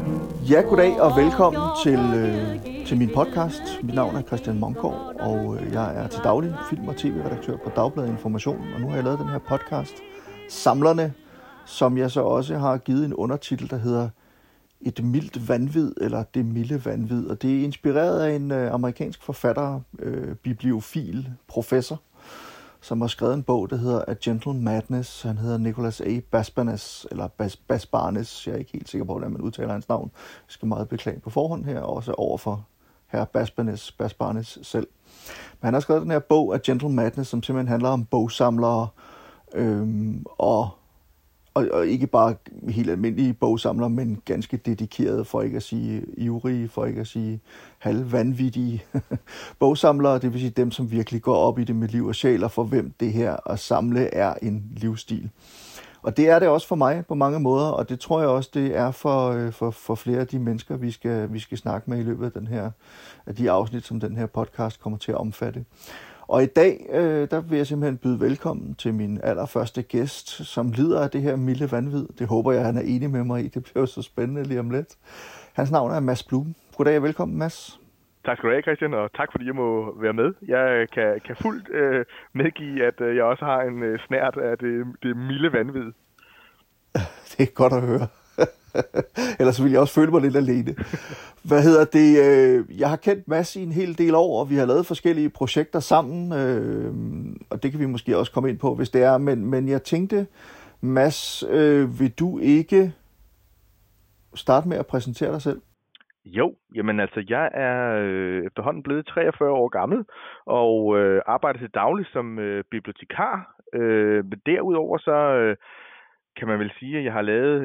Ja, goddag og velkommen til min podcast. Mit navn er Christian Momgaard, og jeg er til daglig film- og tv-redaktør på Dagbladet Information. Og nu har jeg lavet den her podcast, Samlerne, som jeg så også har givet en undertitel, der hedder Et mildt vanvid, eller Det milde vanvid. Og det er inspireret af en amerikansk forfatter, bibliofil, professor, som har skrevet en bog, der hedder A Gentle Madness. Han hedder Nicholas A. Basbanes, eller Basbanes. Jeg er ikke helt sikker på, hvordan man udtaler hans navn. Jeg skal meget beklage på forhånd her, også over for herre Basbanes selv. Men han har skrevet den her bog, A Gentle Madness, som simpelthen handler om bogsamlere, og ikke bare helt almindelige bogsamlere, men ganske dedikerede, for ikke at sige ivrige, for ikke at sige halvvanvittige bogsamlere. Det vil sige dem, som virkelig går op i det med liv og sjæl, og for hvem det her at samle er en livsstil. Og det er det også for mig på mange måder, og det tror jeg også, det er for flere af de mennesker, vi skal snakke med i løbet af de afsnit, som den her podcast kommer til at omfatte. Og i dag, der vil jeg simpelthen byde velkommen til min allerførste gæst, som lider af det her milde vanvid. Det håber jeg, han er enig med mig i. Det bliver jo så spændende lige om lidt. Hans navn er Mads Blum. Goddag og velkommen, Mads. Tak skal du have, Christian, og tak fordi jeg må være med. Jeg kan fuldt medgive, at jeg også har en snert af det milde vanvid. Det er godt at høre. Ellers vil jeg også føle mig lidt alene. Hvad hedder det? Jeg har kendt Mads i en hel del år, og vi har lavet forskellige projekter sammen, og det kan vi måske også komme ind på, hvis det er. Men jeg tænkte, Mads, vil du ikke starte med at præsentere dig selv? Jo, jamen altså, jeg er efterhånden blevet 43 år gammel, og arbejder til daglig som bibliotekar. Derudover så kan man vel sige, at jeg har lavet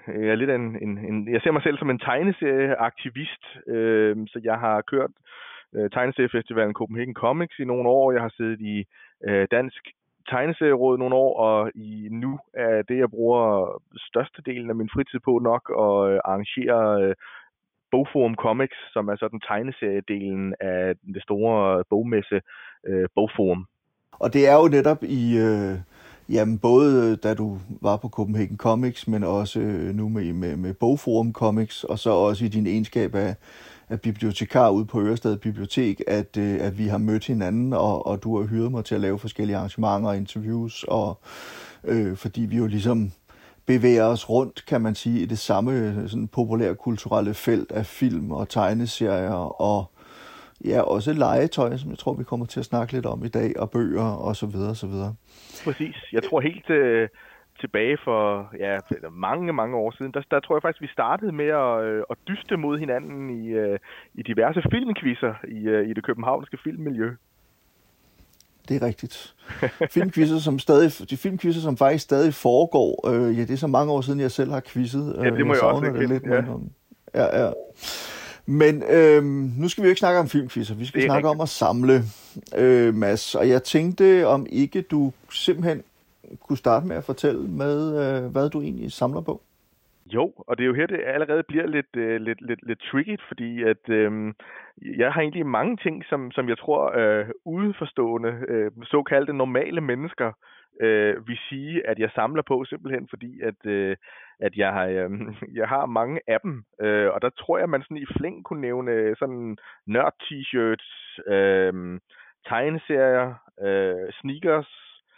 jeg ser mig selv som en tegneserieaktivist, så jeg har kørt tegneseriefestivalen Copenhagen Comics i nogle år. Jeg har siddet i Dansk Tegneserieråd nogle år, og nu er det, jeg bruger størstedelen af min fritid på nok at arrangere Bogforum Comics, som er sådan tegneseriedelen af det store bogmesse Bogforum. Og det er jo netop jamen både da du var på Copenhagen Comics, men også nu med Bogforum Comics, og så også i din egenskab af bibliotekar ude på Ørestad Bibliotek, at vi har mødt hinanden, og du har hyret mig til at lave forskellige arrangementer og interviews, og fordi vi jo ligesom bevæger os rundt, kan man sige, i det samme sådan populærkulturelle felt af film og tegneserier og ja, også legetøj, som jeg tror, vi kommer til at snakke lidt om i dag, og bøger, og så videre, og så videre. Præcis. Jeg tror helt tilbage for mange år siden, der tror jeg faktisk, vi startede med at dyste mod hinanden i diverse filmquizzer i det københavnske filmmiljø. Det er rigtigt. Filmquizzer, som faktisk stadig foregår. Det er så mange år siden, jeg selv har quizzet. Ja, det må jeg også lidt. Ja. Men nu skal vi jo ikke snakke om filmquizzer, vi skal snakke om at samle, Mads. Og jeg tænkte, om ikke du simpelthen kunne starte med at fortælle med, hvad du egentlig samler på. Jo, og det er jo her, det allerede bliver lidt tricky, fordi at jeg har egentlig mange ting, som jeg tror udenforstående, såkaldte normale mennesker, vil sige, at jeg samler på, simpelthen fordi, at jeg har mange af dem. Og der tror jeg, man sådan i flæng kunne nævne sådan nørd-t-shirts, tegneserier, sneakers,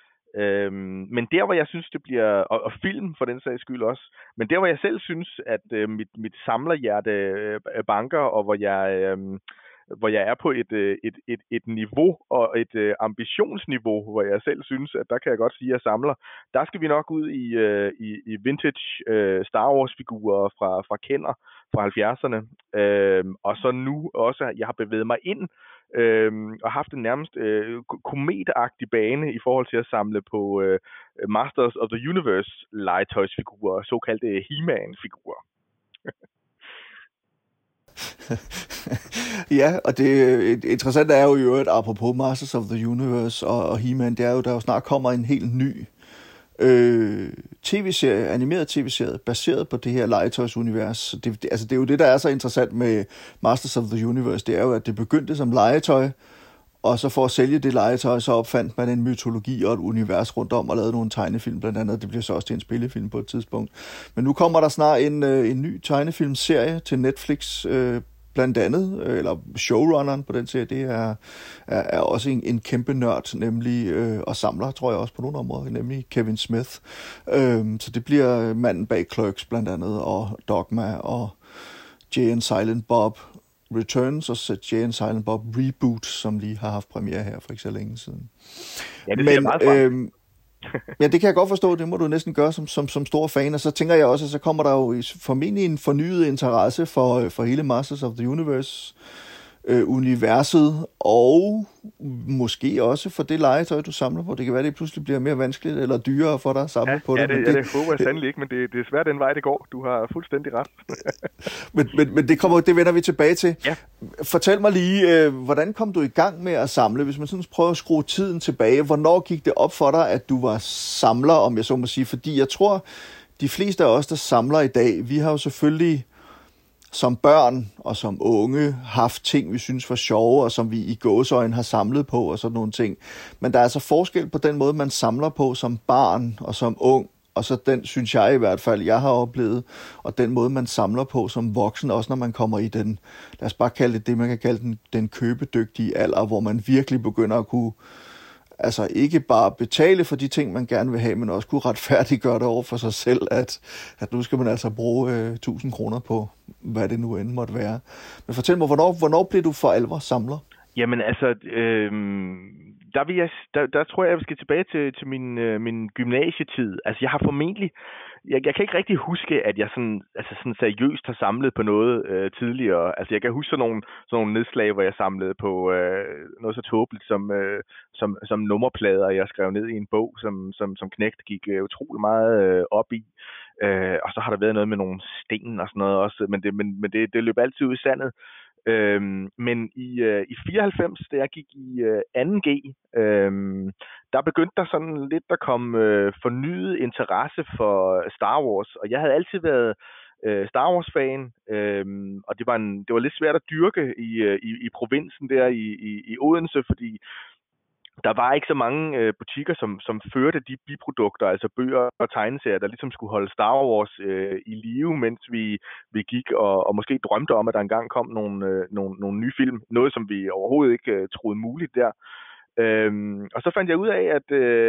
men der, hvor jeg synes, det bliver, og film for den sags skyld også, men der, hvor jeg selv synes, at mit samlerhjerte banker, og hvor jeg er på et niveau og et ambitionsniveau, hvor jeg selv synes, at der kan jeg godt sige, at jeg samler. Der skal vi nok ud i vintage Star Wars-figurer fra Kenner fra 70'erne. Og så nu også, jeg har bevæget mig ind og haft en nærmest kometagtig bane i forhold til at samle på Masters of the Universe legetøjsfigurer, såkaldte He-Man-figurer. Ja, og det interessante er jo i øvrigt, apropos Masters of the Universe og He-Man, det er jo, der jo snart kommer en helt ny tv-serie, animeret tv-serie, baseret på det her legetøjsunivers. Det er jo det, der er så interessant med Masters of the Universe, det er jo, at det begyndte som legetøj, Og så for at sælge det legetøj, så opfandt man en mytologi og et univers rundt om og lavede nogle tegnefilm blandt andet. Det bliver så også til en spillefilm på et tidspunkt. Men nu kommer der snart en ny tegnefilmserie til Netflix, blandt andet, eller showrunneren på den serie, det er også en kæmpe nørd, nemlig, og samler, tror jeg også på nogle områder, nemlig Kevin Smith. Så det bliver manden bag Clerks blandt andet, og Dogma, og Jay and Silent Bob Returns, og så Jay and Silent Bob Reboot, som lige har haft premiere her for ikke så længe siden. Ja, det er meget ja, det kan jeg godt forstå, det må du næsten gøre som stor fan, og så tænker jeg også, at så kommer der jo formentlig en fornyet interesse for hele Masters of the Universe universet, og måske også for det legetøj, du samler på. Det kan være, det pludselig bliver mere vanskeligt eller dyrere for dig at samle på det. Ja, det håber jeg sandelig ikke, men det er svært den vej, det går. Du har fuldstændig ret. men det vender vi tilbage til. Ja. Fortæl mig lige, hvordan kom du i gang med at samle? Hvis man sådan prøver at skrue tiden tilbage, hvornår gik det op for dig, at du var samler, om jeg så må sige? Fordi jeg tror, de fleste af os, der samler i dag, vi har jo selvfølgelig som børn og som unge haft ting, vi synes var sjove, og som vi i gåseøjne har samlet på, og sådan nogle ting. Men der er altså forskel på den måde, man samler på som barn og som ung, og så den, synes jeg i hvert fald, jeg har oplevet, og den måde, man samler på som voksen, også når man kommer i den, lad os bare kalde det, man kan kalde den købedygtige alder, hvor man virkelig begynder at kunne, altså ikke bare betale for de ting, man gerne vil have, men også kunne retfærdiggøre det over for sig selv, at nu skal man altså bruge 1000 kroner på, hvad det nu end måtte være. Men fortæl mig, hvornår blev du for alvor samler? Jamen altså, der tror jeg skal tilbage til min gymnasietid. Altså jeg har formentlig, jeg kan ikke rigtig huske, at jeg sådan seriøst har samlet på noget tidligere. Altså jeg kan huske sådan nogle nedslag, hvor jeg samlede på noget så tåbeligt som nummerplader, jeg skrev ned i en bog, som knægt gik utrolig meget op i. Og så har der været noget med nogle sten og sådan noget også, men det løb altid ud i sandet. Men i 94, da jeg gik i 2G, der begyndte der sådan lidt at komme fornyet interesse for Star Wars, og jeg havde altid været Star Wars-fan, og det var lidt svært at dyrke i provinsen der i Odense, fordi der var ikke så mange butikker, som førte de biprodukter, altså bøger og tegneserier, der ligesom skulle holde Star Wars i live, mens vi gik og måske drømte om, at der engang kom nogle nye film. Noget, som vi overhovedet ikke troede muligt der. Og så fandt jeg ud af, at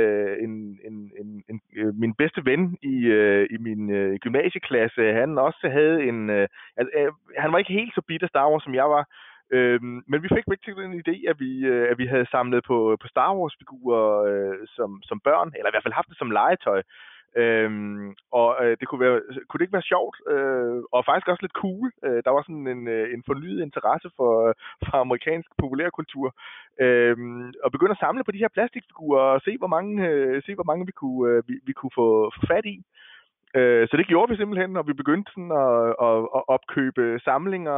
min bedste ven i min gymnasieklasse, han også havde han var ikke helt så bitter Star Wars, som jeg var. Men vi fik til den idé, at vi havde samlet på Star Wars-figurer som børn, eller i hvert fald haft det som legetøj. Det kunne det ikke være sjovt, og faktisk også lidt cool. Der var sådan en fornyet interesse for amerikansk populærkultur, og begynde at samle på de her plastikfigurer og se hvor mange vi kunne få fat i. Så det gjorde vi simpelthen, og vi begyndte sådan at opkøbe samlinger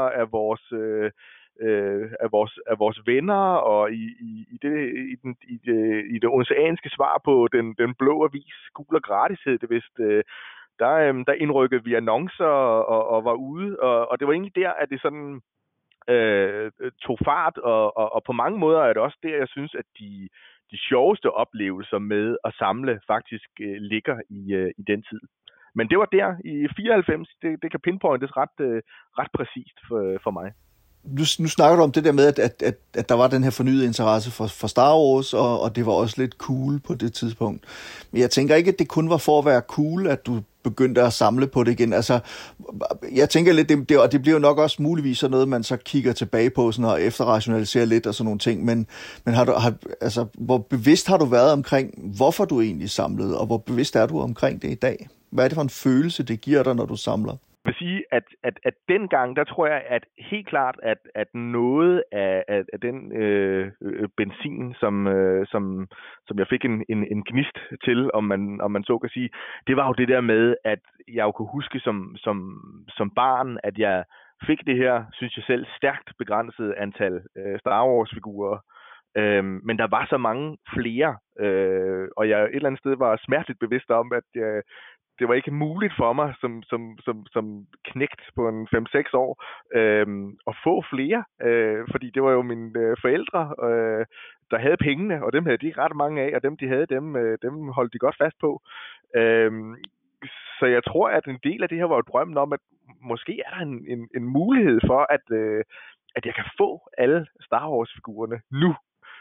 af vores venner, og i det oceanske svar på den blå avis, Gul og Gratis hed det vist, der indrykkede vi annoncer og var ude, og det var egentlig der, at det sådan tog fart, og på mange måder er det også der, jeg synes, at de sjoveste oplevelser med at samle faktisk ligger i den tid. Men det var der i 94, det kan pinpointes ret præcist for mig. Nu snakker du om det der med, at der var den her fornyede interesse for Star Wars, og det var også lidt cool på det tidspunkt. Men jeg tænker ikke, at det kun var for at være cool, at du begyndte at samle på det igen. Altså, jeg tænker lidt, og det bliver jo nok også muligvis sådan noget, man så kigger tilbage på sådan og efterrationaliserer lidt og sådan nogle ting. Men hvor bevidst har du været omkring, hvorfor du egentlig samlede, og hvor bevidst er du omkring det i dag? Hvad er det for en følelse, det giver dig, når du samler? Jeg vil sige, at dengang, der tror jeg, at helt klart, at noget af den benzin, som jeg fik en gnist til, om man så kan sige, det var jo det der med, at jeg jo kunne huske som barn, at jeg fik det her, synes jeg selv, stærkt begrænset antal Star Wars-figurer. Men der var så mange flere, og jeg et eller andet sted var smerteligt bevidst om, at det var ikke muligt for mig som knægt på en 5-6 år at få flere, fordi det var jo mine forældre, der havde pengene, og dem havde de ikke ret mange af, og dem de havde, dem holdt de godt fast på. Så jeg tror, at en del af det her var jo drømmen om, at måske er der en mulighed for, at jeg kan få alle Star Wars-figurerne nu.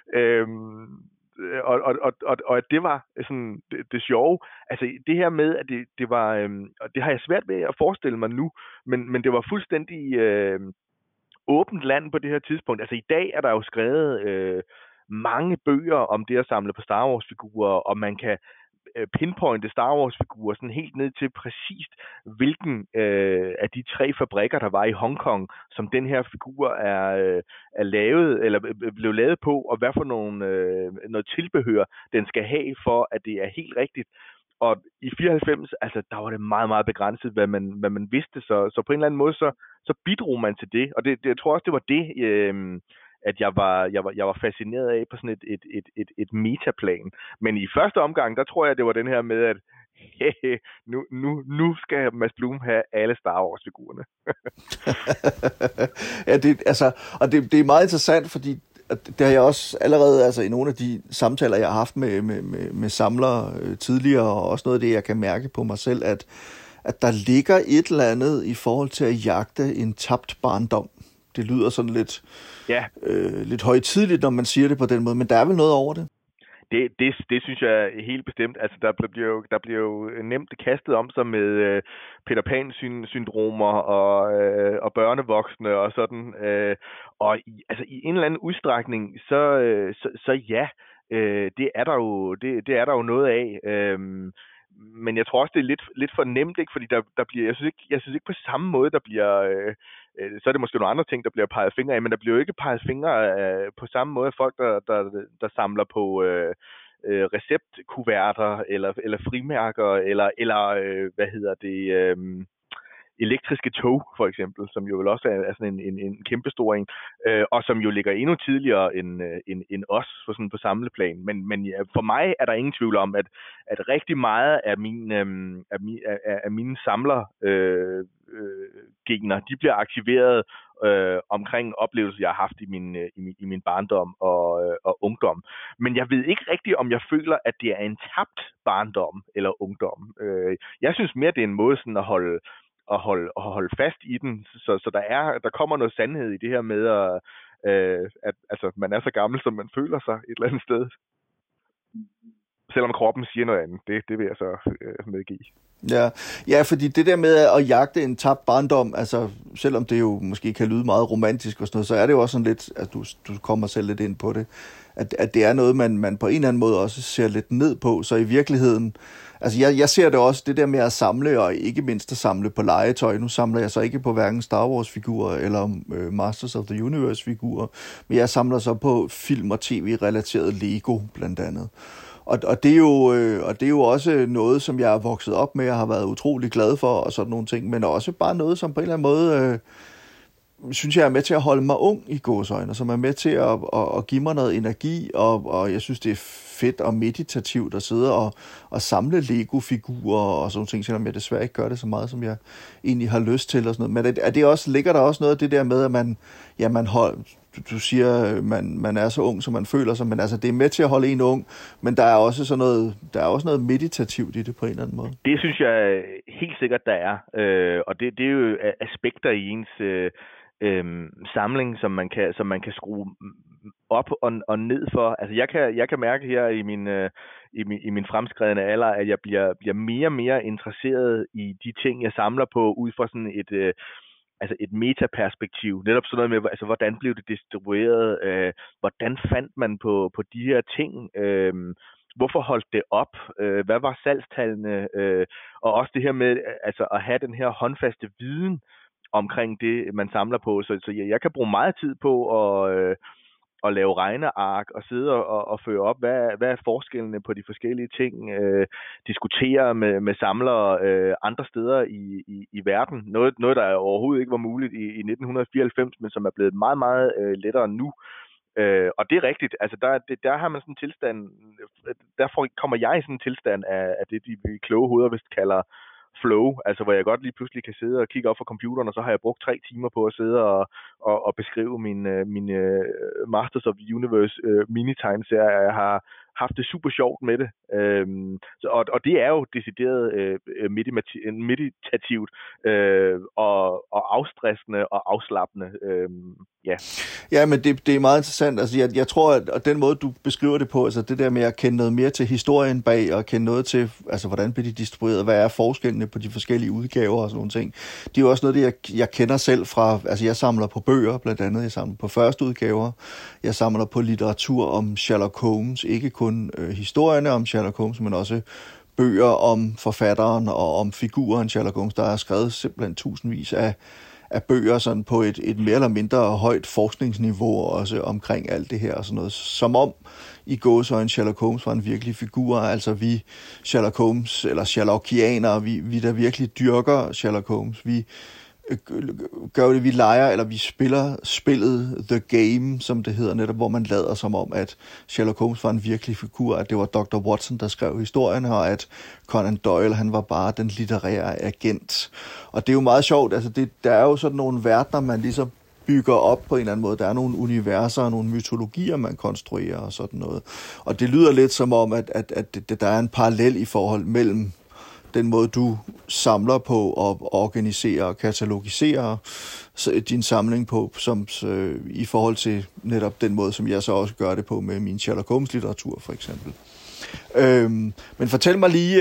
Og at det var sådan det sjove. Altså det her med, at det var, og det har jeg svært ved at forestille mig nu, men det var fuldstændig åbent land på det her tidspunkt. Altså i dag er der jo skrevet mange bøger om det at samle på Star Wars-figurer, og man kan pinpointe Star Wars-figurer sådan helt ned til præcist, hvilken af de 3 fabrikker, der var i Hongkong, som den her figur er lavet, eller blev lavet på, og hvad for noget tilbehør den skal have, for at det er helt rigtigt. Og i 94, altså, der var det meget, meget begrænset, hvad man vidste, så på en eller anden måde, så bidrog man til det, og jeg tror også, det var det, at jeg var fascineret af på sådan et metaplan. Men i første omgang, der tror jeg, det var den her med, at nu skal Mads Blum have alle Star Wars-figurerne. Ja, det er meget interessant, fordi det har jeg også allerede, altså i nogle af de samtaler, jeg har haft med samlere tidligere, og også noget af det, jeg kan mærke på mig selv, at der ligger et eller andet i forhold til at jagte en tabt barndom. Det lyder sådan lidt højtideligt, når man siger det på den måde, men der er vel noget over det? Det synes jeg er helt bestemt. Altså, der bliver jo nemt kastet om sig med Peter Pan-syndromer og børnevoksne og sådan. Og i en eller anden udstrækning, så ja, det er der jo noget af. Men jeg tror også, det er lidt for nemt, ikke? Fordi der bliver, jeg synes ikke på samme måde, der bliver, så er det måske nogle andre ting, der bliver peget fingre af, men der bliver jo ikke peget fingre på samme måde af folk, der samler på receptkuverter eller frimærker eller hvad hedder det, elektriske tog, for eksempel, som jo vel også er sådan en kæmpestor en, og som jo ligger endnu tidligere end os på samleplan. Men ja, for mig er der ingen tvivl om, at rigtig meget af mine samler gener, de bliver aktiveret omkring oplevelser, jeg har haft i min barndom og ungdom. Men jeg ved ikke rigtigt, om jeg føler, at det er en tabt barndom eller ungdom. Jeg synes mere, det er en måde sådan at holde fast i den, så der kommer noget sandhed i det her med, at altså, man er så gammel, som man føler sig et eller andet sted. Selvom kroppen siger noget andet, det vil jeg så medgive. Ja, fordi det der med at jagte en tabt barndom, altså selvom det jo måske kan lyde meget romantisk og sådan noget, så er det jo også sådan lidt, at du kommer selv lidt ind på det, at det er noget, man på en eller anden måde også ser lidt ned på, så i virkeligheden, altså jeg ser det også, det der med at samle, og ikke mindst at samle på legetøj. Nu samler jeg så ikke på hverken Star Wars-figurer eller Masters of the Universe-figurer, men jeg samler så på film- og tv-relateret Lego, blandt andet. Og det er jo også noget, som jeg er vokset op med og har været utrolig glad for og sådan nogle ting, men også bare noget, som på en eller anden måde, synes jeg er med til at holde mig ung i gåseøjne, som er med til at give mig noget energi, og jeg synes, det er fedt og meditativt at sidde og samle Lego-figurer og sådan nogle ting, selvom jeg desværre ikke gør det så meget, som jeg egentlig har lyst til og sådan noget. Men ligger der også noget af det der med, at man holder, du siger, man er så ung, som man føler sig, men altså det er med til at holde en ung, men der er også noget meditativt i det på en eller anden måde. Det synes jeg helt sikkert, der er, og det er jo aspekter i ens samling, som man kan skrue op og ned for. Altså jeg kan mærke her i min fremskredne alder, at jeg bliver mere og mere interesseret i de ting, jeg samler på, ud fra sådan et metaperspektiv. Netop sådan noget med, altså hvordan blev det distribueret, hvordan fandt man på de her ting, hvorfor holdt det op, hvad var salgstallene, og også det her med altså at have den her håndfaste viden omkring det, man samler på. Så jeg kan bruge meget tid på at lave regneark og sidde og føre op, hvad er forskellene på de forskellige ting, diskutere med samlere andre steder i verden. Noget, der overhovedet ikke var muligt i 1994, men som er blevet meget, meget lettere nu. Og det er rigtigt. Altså, der har man sådan en tilstand, kommer jeg i sådan en tilstand af det, de kloge hoveder vist kalder flow, altså hvor jeg godt lige pludselig kan sidde og kigge op fra computeren, og så har jeg brugt 3 timer på at sidde og beskrive min Masters of the Universe mini-tegneserie. Jeg har haft det super sjovt med det. Og det er jo decideret meditativt og afstressende og afslappende. Ja. Ja, men det er meget interessant. Altså, jeg tror, at den måde, du beskriver det på, altså det der med at kende noget mere til historien bag, og kende noget til, altså hvordan bliver de distribueret, hvad er forskellene på de forskellige udgaver og sådan nogle ting. Det er jo også noget, jeg kender selv fra, altså jeg samler på bøger, blandt andet. Jeg samler på første udgaver. Jeg samler på litteratur om Sherlock Holmes. Ikke kun historierne om Sherlock Holmes, men også bøger om forfatteren og om figuren Sherlock Holmes. Der er skrevet simpelthen tusindvis af bøger sådan på et mere eller mindre højt forskningsniveau også omkring alt det her og sådan noget. Som om i gåseøjne Sherlock Holmes var en virkelig figur. Altså vi Sherlock Holmes, eller Sherlockianere, vi der virkelig dyrker Sherlock Holmes. Vi gør det, vi leger, eller vi spiller spillet The Game, som det hedder, netop hvor man lader som om, at Sherlock Holmes var en virkelig figur, at det var Dr. Watson, der skrev historien, og at Conan Doyle, han var bare den litterære agent. Og det er jo meget sjovt, altså der er jo sådan nogle verdener, man ligesom bygger op på en eller anden måde. Der er nogle universer og nogle mytologier, man konstruerer og sådan noget. Og det lyder lidt som om, at der er en parallel i forhold mellem den måde, du samler på og organiserer og katalogiserer din samling på, som i forhold til netop den måde, som jeg så også gør det på med min Sherlock Holmes-litteratur, for eksempel. Men fortæl mig lige,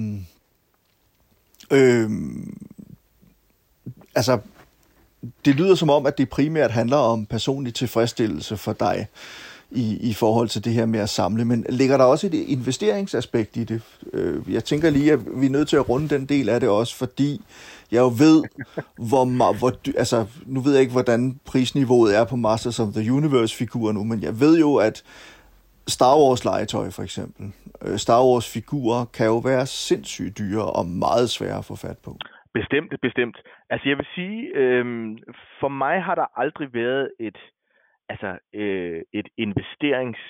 altså, det lyder som om, at det primært handler om personlig tilfredsstillelse for dig i forhold til det her med at samle, men ligger der også et investeringsaspekt i det? Jeg tænker lige, at vi er nødt til at runde den del af det også, fordi jeg jo ved, altså nu ved jeg ikke, hvordan prisniveauet er på Masters of the Universe-figurer nu, men jeg ved jo, at Star Wars-legetøj for eksempel, Star Wars-figurer kan jo være sindssygt dyre og meget svære at få fat på. Bestemt. Altså jeg vil sige, for mig har der aldrig været et investerings,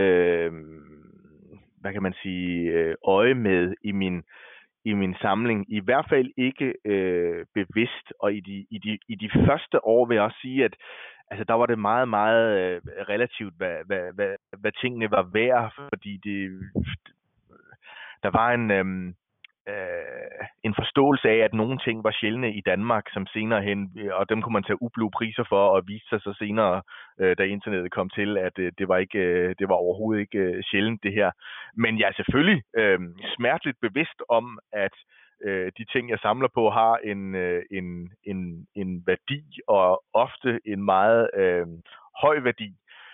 hvad kan man sige, øje med i min samling. I hvert fald ikke bevidst, og i de første år vil jeg også sige, at altså der var det meget, meget relativt, hvad tingene var værd, fordi der var en forståelse af, at nogle ting var sjældne i Danmark, som senere hen, og dem kunne man tage ublu priser for, og viste sig så senere, da internettet kom til, at det var overhovedet ikke sjældent det her. Men jeg er selvfølgelig smerteligt bevidst om, at de ting, jeg samler på, har en værdi, og ofte en meget høj værdi.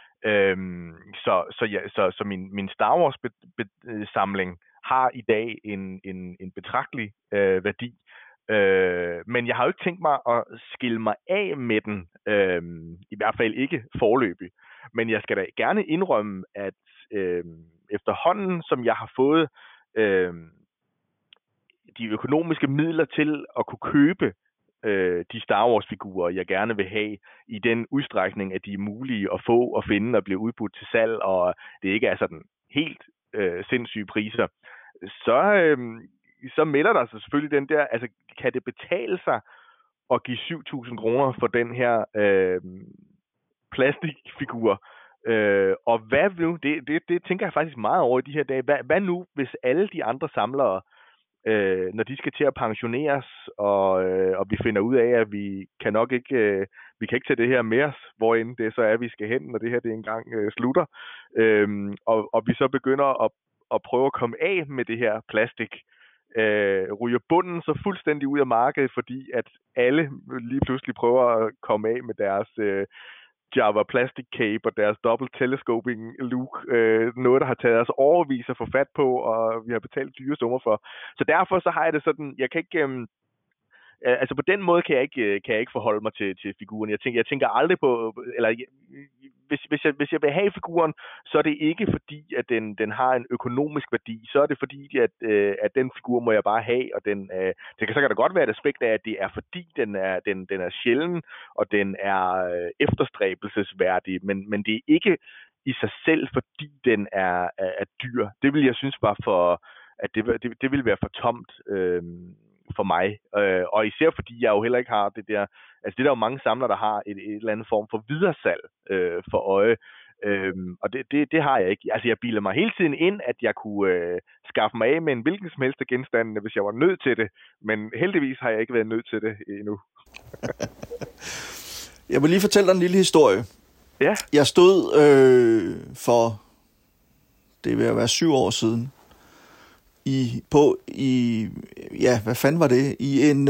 Så min Star Wars samling har i dag en betragtelig værdi. Men jeg har jo ikke tænkt mig at skille mig af med den, i hvert fald ikke foreløbig. Men jeg skal da gerne indrømme, at efterhånden, som jeg har fået de økonomiske midler til at kunne købe de Star Wars-figurer, jeg gerne vil have, i den udstrækning, at de er mulige at få og finde og blive udbudt til salg, og det ikke er sådan helt sindssyge priser, så melder der sig selvfølgelig den der, altså kan det betale sig at give 7.000 kroner for den her plastikfigur? Og hvad nu, det tænker jeg faktisk meget over i de her dage, hvad nu, hvis alle de andre samlere, når de skal til at pensioneres, og vi finder ud af, at vi kan ikke tage det her med os, hvorend det så er, vi skal hen, når det her det engang slutter, og vi så begynder at prøve at komme af med det her plastik, ryger bunden så fuldstændig ud af markedet, fordi at alle lige pludselig prøver at komme af med deres Java Plastic Cape og deres Double Telescoping Look, noget der har taget os overvis at få fat på, og vi har betalt dyre summer for. Så derfor så har jeg det sådan, jeg kan ikke, altså på den måde kan jeg ikke forholde mig til figuren. Jeg tænker aldrig på, eller hvis jeg vil have figuren, så er det ikke fordi, at den har en økonomisk værdi. Så er det fordi, at den figur må jeg bare have, og det kan så kan da godt være et aspekt af, at det er fordi, den er sjælden, og den er efterstræbelsesværdig, men det er ikke i sig selv, fordi den er dyr. Det vil jeg synes var for, at det vil være for tomt for mig. Og især fordi jeg jo heller ikke har det der, altså det er der jo mange samlere, der har et eller andet form for videresalg for øje. Og det har jeg ikke. Altså jeg bilder mig hele tiden ind, at jeg kunne skaffe mig af med en hvilken som helst genstand, hvis jeg var nødt til det. Men heldigvis har jeg ikke været nødt til det endnu. Jeg vil lige fortælle dig en lille historie. Ja. Jeg stod for, det vil være 7 år siden, hvad fanden var det? I en,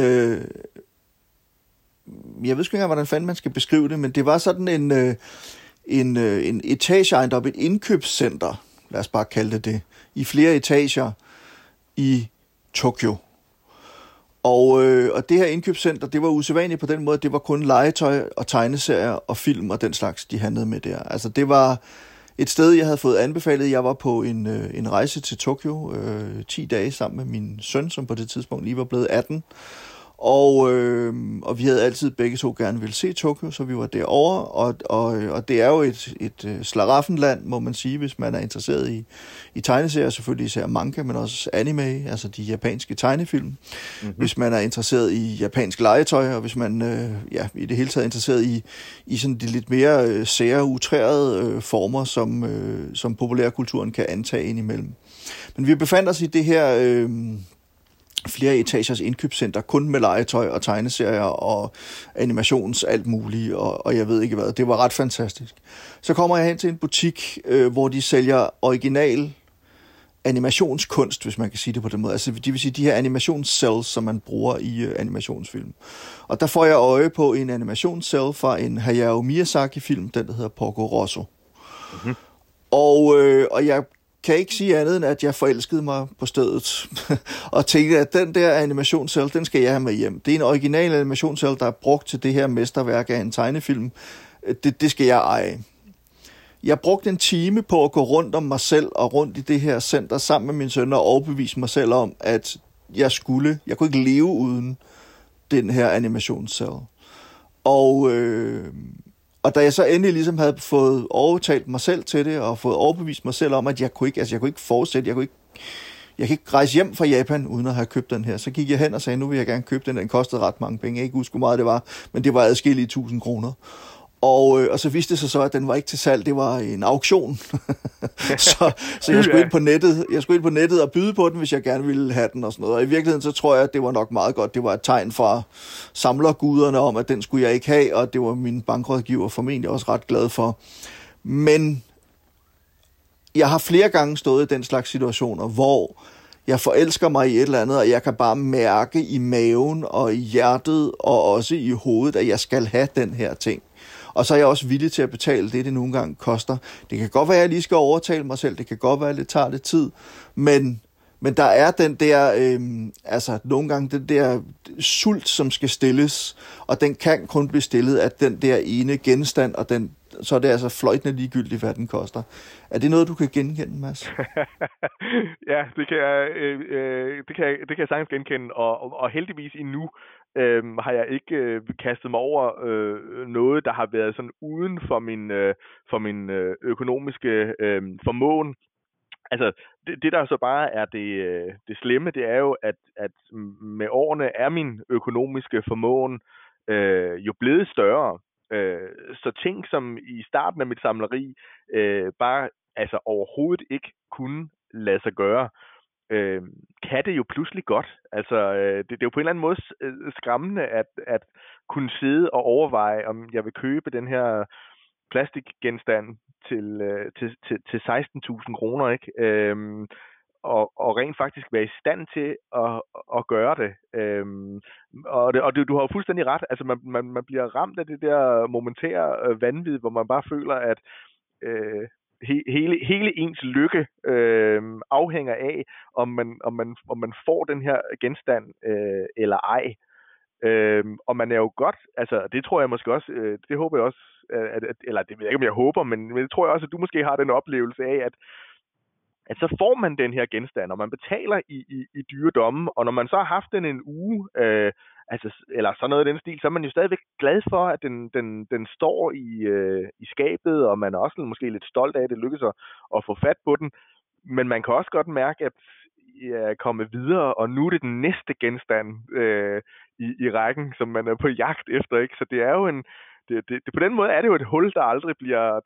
jeg ved sgu ikke engang, hvordan fanden man skal beskrive det, men det var sådan en etageejendom, et indkøbscenter, lad os bare kalde det, i flere etager i Tokyo. Og det her indkøbscenter, det var usædvanligt på den måde, det var kun legetøj og tegneserier og film og den slags, de handlede med der. Altså det var et sted, jeg havde fået anbefalet. Jeg var på en rejse til Tokyo 10 dage sammen med min søn, som på det tidspunkt lige var blevet 18. Og vi havde altid begge to gerne ville se Tokyo, så vi var derovre, og det er jo et slaraffenland, må man sige, hvis man er interesseret i tegneserier, selvfølgelig især manga, men også anime, altså de japanske tegnefilm. Mm-hmm. Hvis man er interesseret i japansk legetøj, og hvis man i det hele taget er interesseret i sådan de lidt mere sære, utrærede former, som populærkulturen kan antage indimellem. Men vi befandt os i det her flere etagers indkøbscenter, kun med legetøj og tegneserier og animations alt muligt, og jeg ved ikke hvad. Det var ret fantastisk. Så kommer jeg hen til en butik, hvor de sælger original animationskunst, hvis man kan sige det på den måde. Altså det vil sige de her animationscells, som man bruger i animationsfilm. Og der får jeg øje på en animationscell fra en Hayao Miyazaki-film, den der hedder Porco Rosso. Mm-hmm. Og jeg kan ikke sige andet, end at jeg forelskede mig på stedet, og tænkte, at den der animationscell, den skal jeg have med hjem. Det er en original animationscell, der er brugt til det her mesterværk af en tegnefilm. Det skal jeg eje. Jeg brugte en time på at gå rundt om mig selv, og rundt i det her center, sammen med min søn, og overbevise mig selv om, at jeg kunne ikke leve uden den her animationscell. Og da jeg så endelig ligesom havde fået overtalt mig selv til det, og fået overbevist mig selv om, at jeg kunne ikke fortsætte, jeg kan ikke rejse hjem fra Japan, uden at have købt den her. Så gik jeg hen og sagde, nu vil jeg gerne købe den. Den kostede ret mange penge. Jeg kan ikke huske, hvor meget det var, men det var adskillige 1000 kroner. Og så viste det sig så, at den var ikke til salg. Det var en auktion. så jeg skulle ind på nettet og byde på den, hvis jeg gerne ville have den og sådan noget. Og i virkeligheden så tror jeg, at det var nok meget godt. Det var et tegn fra samlerguderne om, at den skulle jeg ikke have, og det var min bankrådgiver formentlig også ret glad for. Men jeg har flere gange stået i den slags situationer, hvor jeg forelsker mig i et eller andet, og jeg kan bare mærke i maven og i hjertet og også i hovedet, at jeg skal have den her ting. Og så er jeg også villig til at betale det nogle gange koster. Det kan godt være, at jeg lige skal overtale mig selv. Det kan godt være, at det tager lidt tid. Men der er den der, nogle gange den der sult, som skal stilles. Og den kan kun blive stillet af den der ene genstand, og så er det altså fløjtende ligegyldigt, hvad den koster. Er det noget, du kan genkende, Mads? Ja, det kan jeg sagtens genkende, og heldigvis endnu har jeg ikke kastet mig over noget, der har været sådan uden for min økonomiske formåen. Altså, det der så bare er det slemme, det er jo, at med årene er min økonomiske formåen jo blevet større. Så ting, som i starten af mit samleri bare altså overhovedet ikke kunne lade sig gøre, kan det jo pludselig godt. Altså, det er jo på en eller anden måde skræmmende at kunne sidde og overveje, om jeg vil købe den her plastikgenstand til 16.000 kroner, ikke? Og rent faktisk være i stand til at gøre det. Og du har jo fuldstændig ret. Altså, man bliver ramt af det der momentære vanvid, hvor man bare føler, at hele ens lykke afhænger af, om man får den her genstand eller ej. Og man er jo godt, altså det tror jeg måske også, det håber jeg også, eller det ved jeg ikke, om jeg håber, men det tror jeg også, at du måske har den oplevelse af, at så får man den her genstand, og man betaler i dyre domme, og når man så har haft den en uge, eller sådan noget i den stil, så er man jo stadigvæk glad for, at den står i skabet, og man er også måske lidt stolt af, at det lykkes at få fat på den. Men man kan også godt mærke, at jeg er kommet videre, og nu er det den næste genstand i rækken, som man er på jagt efter, ikke? Så det er jo på den måde er det jo et hul, der aldrig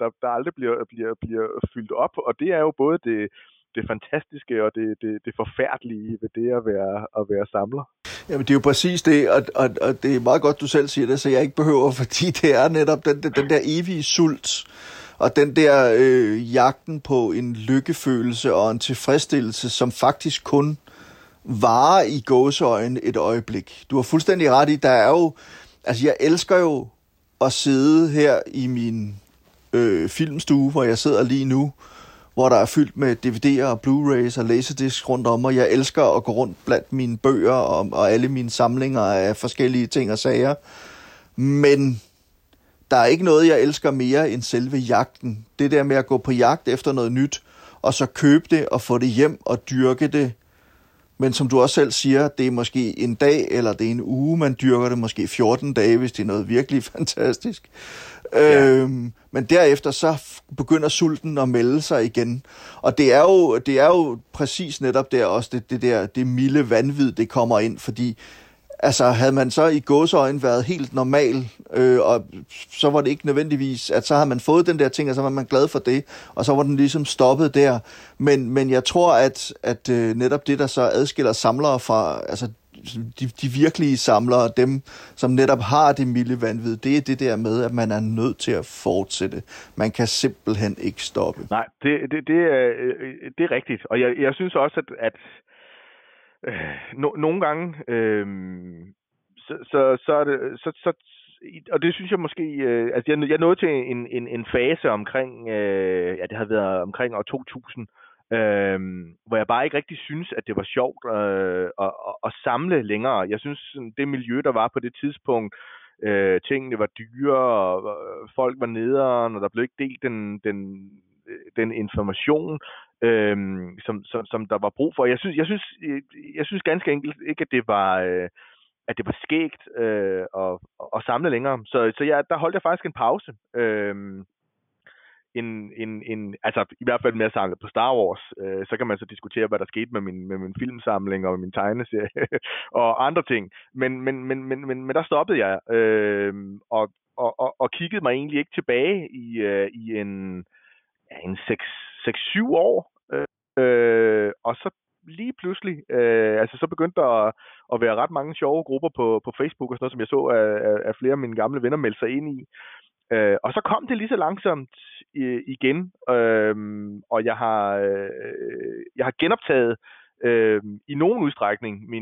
bliver fyldt op, og det er jo både det fantastiske og det forfærdelige ved det at være samler. Jamen, det er jo præcis det, og det er meget godt, du selv siger det, så jeg ikke behøver, fordi det er netop den der evige sult, og den der jagten på en lykkefølelse og en tilfredsstillelse, som faktisk kun varer i gåseøjne et øjeblik. Du har fuldstændig ret i, der er jo, altså jeg elsker jo at sidde her i min filmstue, hvor jeg sidder lige nu, hvor der er fyldt med DVD'er og Blu-rays og laserdiscs rundt om, og jeg elsker at gå rundt blandt mine bøger og alle mine samlinger af forskellige ting og sager. Men der er ikke noget, jeg elsker mere end selve jagten. Det der med at gå på jagt efter noget nyt, og så købe det og få det hjem og dyrke det. Men som du også selv siger, det er måske en dag, eller det er en uge, man dyrker det, måske 14 dage, hvis det er noget virkelig fantastisk. Ja. Men derefter så begynder sulten at melde sig igen. Og det er jo præcis netop der også det milde vanvid, det kommer ind, fordi altså havde man så i gåseøjne været helt normal, og så var det ikke nødvendigvis, at så havde man fået den der ting, og så var man glad for det, og så var den ligesom stoppet der. Men jeg tror, at netop det, der så adskiller samlere fra, altså de virkelige samlere, dem som netop har det milde vanvid, det er det der med, at man er nødt til at fortsætte. Man kan simpelthen ikke stoppe. Nej, det er rigtigt. Og jeg synes også, at nogle gange, så er det, og det synes jeg måske, altså jeg nåede til en fase omkring, det havde været omkring år 2000, hvor jeg bare ikke rigtig synes, at det var sjovt at samle længere. Jeg synes, det miljø, der var på det tidspunkt, tingene var dyre, og folk var nederen, og der blev ikke delt den information, som der var brug for. Jeg synes ganske enkelt ikke, at det var skægt at samle længere. Så der holdt jeg faktisk en pause. Altså i hvert fald med at samle på Star Wars, så kan man så diskutere, hvad der skete med min filmsamling og min tegneserie og andre ting. Men der stoppede jeg og kiggede mig egentlig ikke tilbage i en 6-7 år, og så lige pludselig, så begyndte der at være ret mange sjove grupper på Facebook og sådan noget, som jeg så at flere af mine gamle venner meldte sig ind i. Og så kom det lige så langsomt igen, og jeg har genoptaget i nogen udstrækning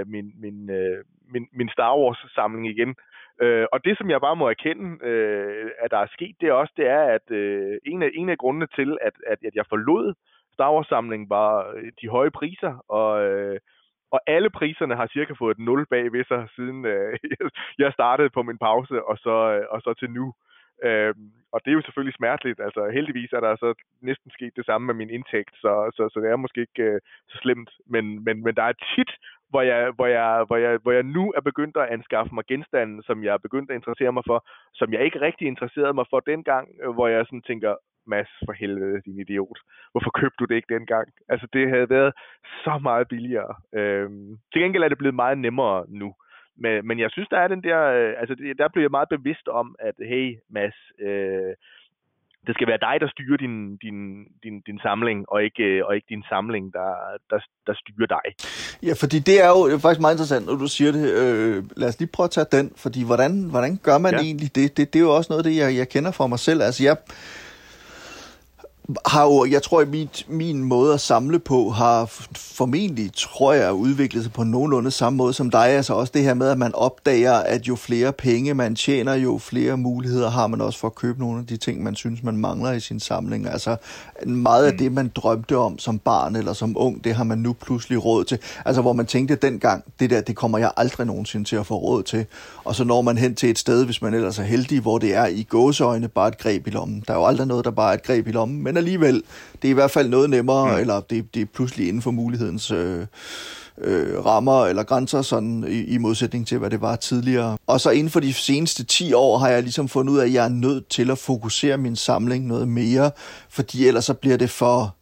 min Star Wars samling igen. Og det, som jeg bare må erkende, at der er sket, det er, at en af grundene til, at jeg forlod Star Wars samlingen, var de høje priser, og alle priserne har cirka fået et 0 bag ved sig, siden jeg startede på min pause, og så til nu. Og det er jo selvfølgelig smerteligt. Altså heldigvis er der så næsten sket det samme med min indtægt, så det er måske ikke så slemt. Men der er tit, hvor jeg nu er begyndt at anskaffe mig genstande, som jeg er begyndt at interessere mig for, som jeg ikke rigtig interesserede mig for dengang, hvor jeg sådan tænker, Mads, for helvede, din idiot. Hvorfor købte du det ikke dengang? Altså det havde været så meget billigere. Til gengæld er det blevet meget nemmere nu. Men jeg synes, der er den der, der bliver jeg meget bevidst om, at hey, Mads, det skal være dig, der styrer din samling, og ikke din samling, der styrer dig. Ja, fordi det er jo faktisk meget interessant, når du siger det. Lad os lige prøve at tage den, fordi hvordan gør man egentlig det? Det er jo også noget af det, jeg kender fra mig selv. Altså jeg tror, at min måde at samle på har formentlig, tror jeg, udviklet sig på nogenlunde samme måde som dig. Altså også det her med, at man opdager, at jo flere penge man tjener, jo flere muligheder har man også for at købe nogle af de ting, man synes, man mangler i sin samling. Altså meget af det, man drømte om som barn eller som ung, det har man nu pludselig råd til. Altså hvor man tænkte dengang, det kommer jeg aldrig nogensinde til at få råd til. Og så når man hen til et sted, hvis man ellers er heldig, hvor det er i gåseøjne bare et greb i lommen. Der er jo aldrig noget, der bare er et greb i lommen, men alligevel, det er i hvert fald noget nemmere, eller det er pludselig inden for mulighedens rammer eller grænser, sådan i modsætning til, hvad det var tidligere. Og så inden for de seneste 10 år har jeg ligesom fundet ud af, at jeg er nødt til at fokusere min samling noget mere, fordi ellers så bliver det for...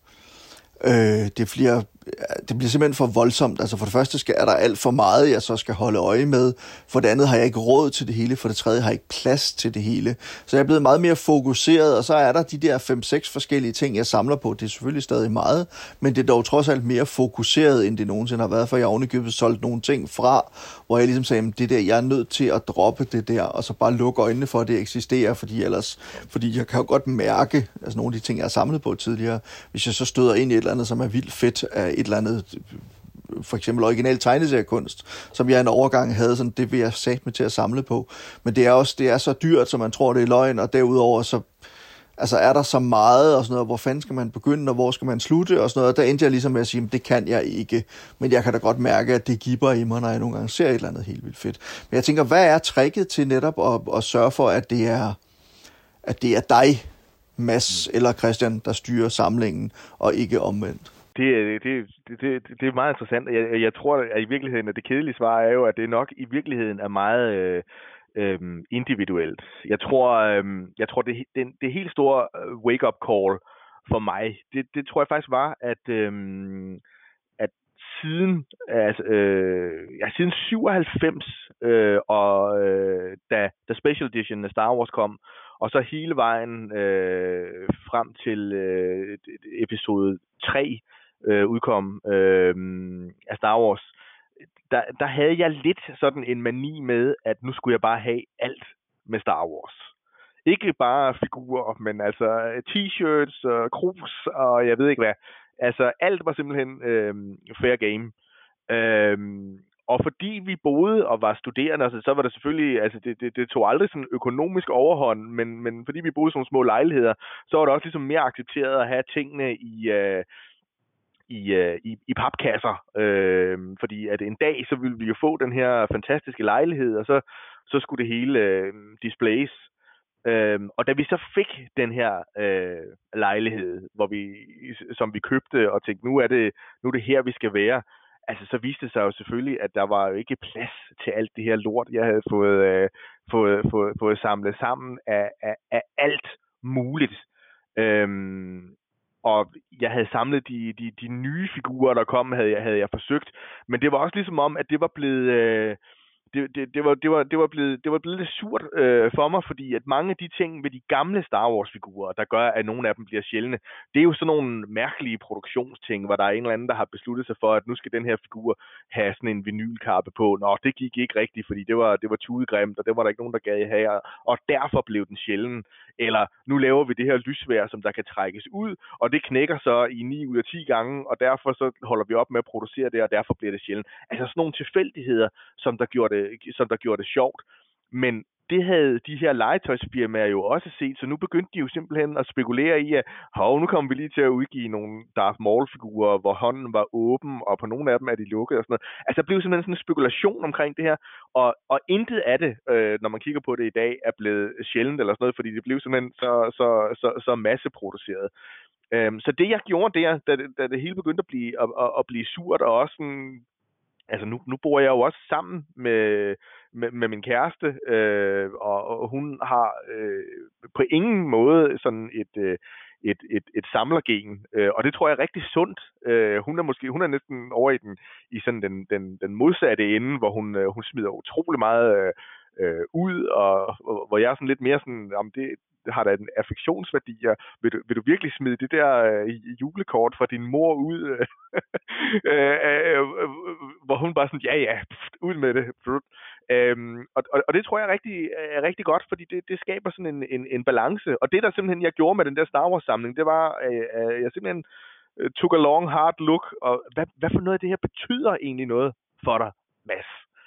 Det bliver simpelthen for voldsomt. Altså for det første er der alt for meget, jeg så skal holde øje med. For det andet har jeg ikke råd til det hele. For det tredje har jeg ikke plads til det hele. Så jeg er blevet meget mere fokuseret, og så er der de der 5-6 forskellige ting, jeg samler på. Det er selvfølgelig stadig meget, men det er dog trods alt mere fokuseret, end det nogensinde har været, for jeg har ovenikøbet solgt nogle ting fra, hvor jeg ligesom sagde, det der, jeg er nødt til at droppe det der, og så bare lukke øjnene for, at det eksisterer, fordi jeg kan jo godt mærke, altså nogle af de ting, jeg har samlet på tidligere, hvis jeg så støder ind i et eller andet, som er vildt fedt af et eller andet, for eksempel original tegneseriekunst, som jeg en overgang havde, sådan, det vil jeg sætte mig til at samle på. Men det er så dyrt, som man tror, det er løgn, og derudover så altså er der så meget, og sådan noget, hvor fanden skal man begynde, og hvor skal man slutte, og sådan noget, og der endte jeg ligesom med at sige, det kan jeg ikke. Men jeg kan da godt mærke, at det gibber i mig, når jeg nogle gange ser et eller andet helt vildt fedt. Men jeg tænker, hvad er tricket til netop at sørge for, at det er dig, Mads eller Christian, der styrer samlingen, og ikke omvendt? Det er meget interessant. Jeg tror, at i virkeligheden, at det kedelige svar er jo, at det nok i virkeligheden er meget individuelt. Jeg tror det helt store wake-up call for mig, det tror jeg faktisk var, at siden, siden 97, da Special Edition af Star Wars kom, og så hele vejen frem til episode 3 udkom af Star Wars, der havde jeg lidt sådan en mani med, at nu skulle jeg bare have alt med Star Wars. Ikke bare figurer, men altså t-shirts og krus og jeg ved ikke hvad. Altså alt var simpelthen fair game. Og fordi vi boede og var studerende, så var det selvfølgelig, altså det tog aldrig sådan økonomisk overhånd, men fordi vi boede i sådan små lejligheder, så var det også ligesom mere accepteret at have tingene i papkasser, fordi at en dag, så ville vi jo få den her fantastiske lejlighed, og så skulle det hele displays. Og da vi så fik den her lejlighed, som vi købte og tænkte, nu er det her, vi skal være, altså så viste det sig jo selvfølgelig, at der var jo ikke plads til alt det her lort, jeg havde fået samlet sammen af alt muligt. Og jeg havde samlet de nye figurer, der kom, havde jeg forsøgt. Men det var også ligesom om, at det var blevet... Det var blevet lidt surt for mig, fordi at mange af de ting ved de gamle Star Wars-figurer, der gør, at nogle af dem bliver sjældne, det er jo sådan nogle mærkelige produktionsting, hvor der er en eller anden, der har besluttet sig for, at nu skal den her figur have sådan en vinylkappe på. Nå, det gik ikke rigtigt, fordi det var tudegrimt, og det var der ikke nogen, der gav have, og derfor blev den sjælden. Eller nu laver vi det her lysvær, som der kan trækkes ud, og det knækker så i 9 ud af 10 gange, og derfor så holder vi op med at producere det, og derfor bliver det sjældent. Altså sådan nogle tilfældigheder, som der gjorde det sjovt. Men det havde de her legetøjsfirmaer jo også set, så nu begyndte de jo simpelthen at spekulere i, at nu kommer vi lige til at udgive nogle Darth Maul-figurer, hvor hånden var åben, og på nogle af dem er de lukket og sådan noget. Altså der blev simpelthen sådan en spekulation omkring det her, og intet af det, når man kigger på det i dag, er blevet sjældent eller sådan noget, fordi det blev simpelthen så masseproduceret. Så det jeg gjorde der, da det hele begyndte at blive surt, og også sådan, altså nu bor jeg jo også sammen med min kæreste, og hun har på ingen måde sådan et samlergen, og det tror jeg er rigtig sundt. Hun er næsten over i sådan den modsatte ende, hvor hun smider utrolig meget ud, og hvor jeg er sådan lidt mere sådan, om det har da en affektionsværdi. Vil du virkelig smide det der julekort fra din mor ud? Hvor hun bare sådan, ja, ud med det. Og det tror jeg er rigtig godt, fordi det skaber sådan en balance. Og det, der simpelthen jeg gjorde med den der Star Wars-samling, det var, jeg simpelthen took a long, hard look, og hvad for noget af det her betyder egentlig noget for dig, Mads?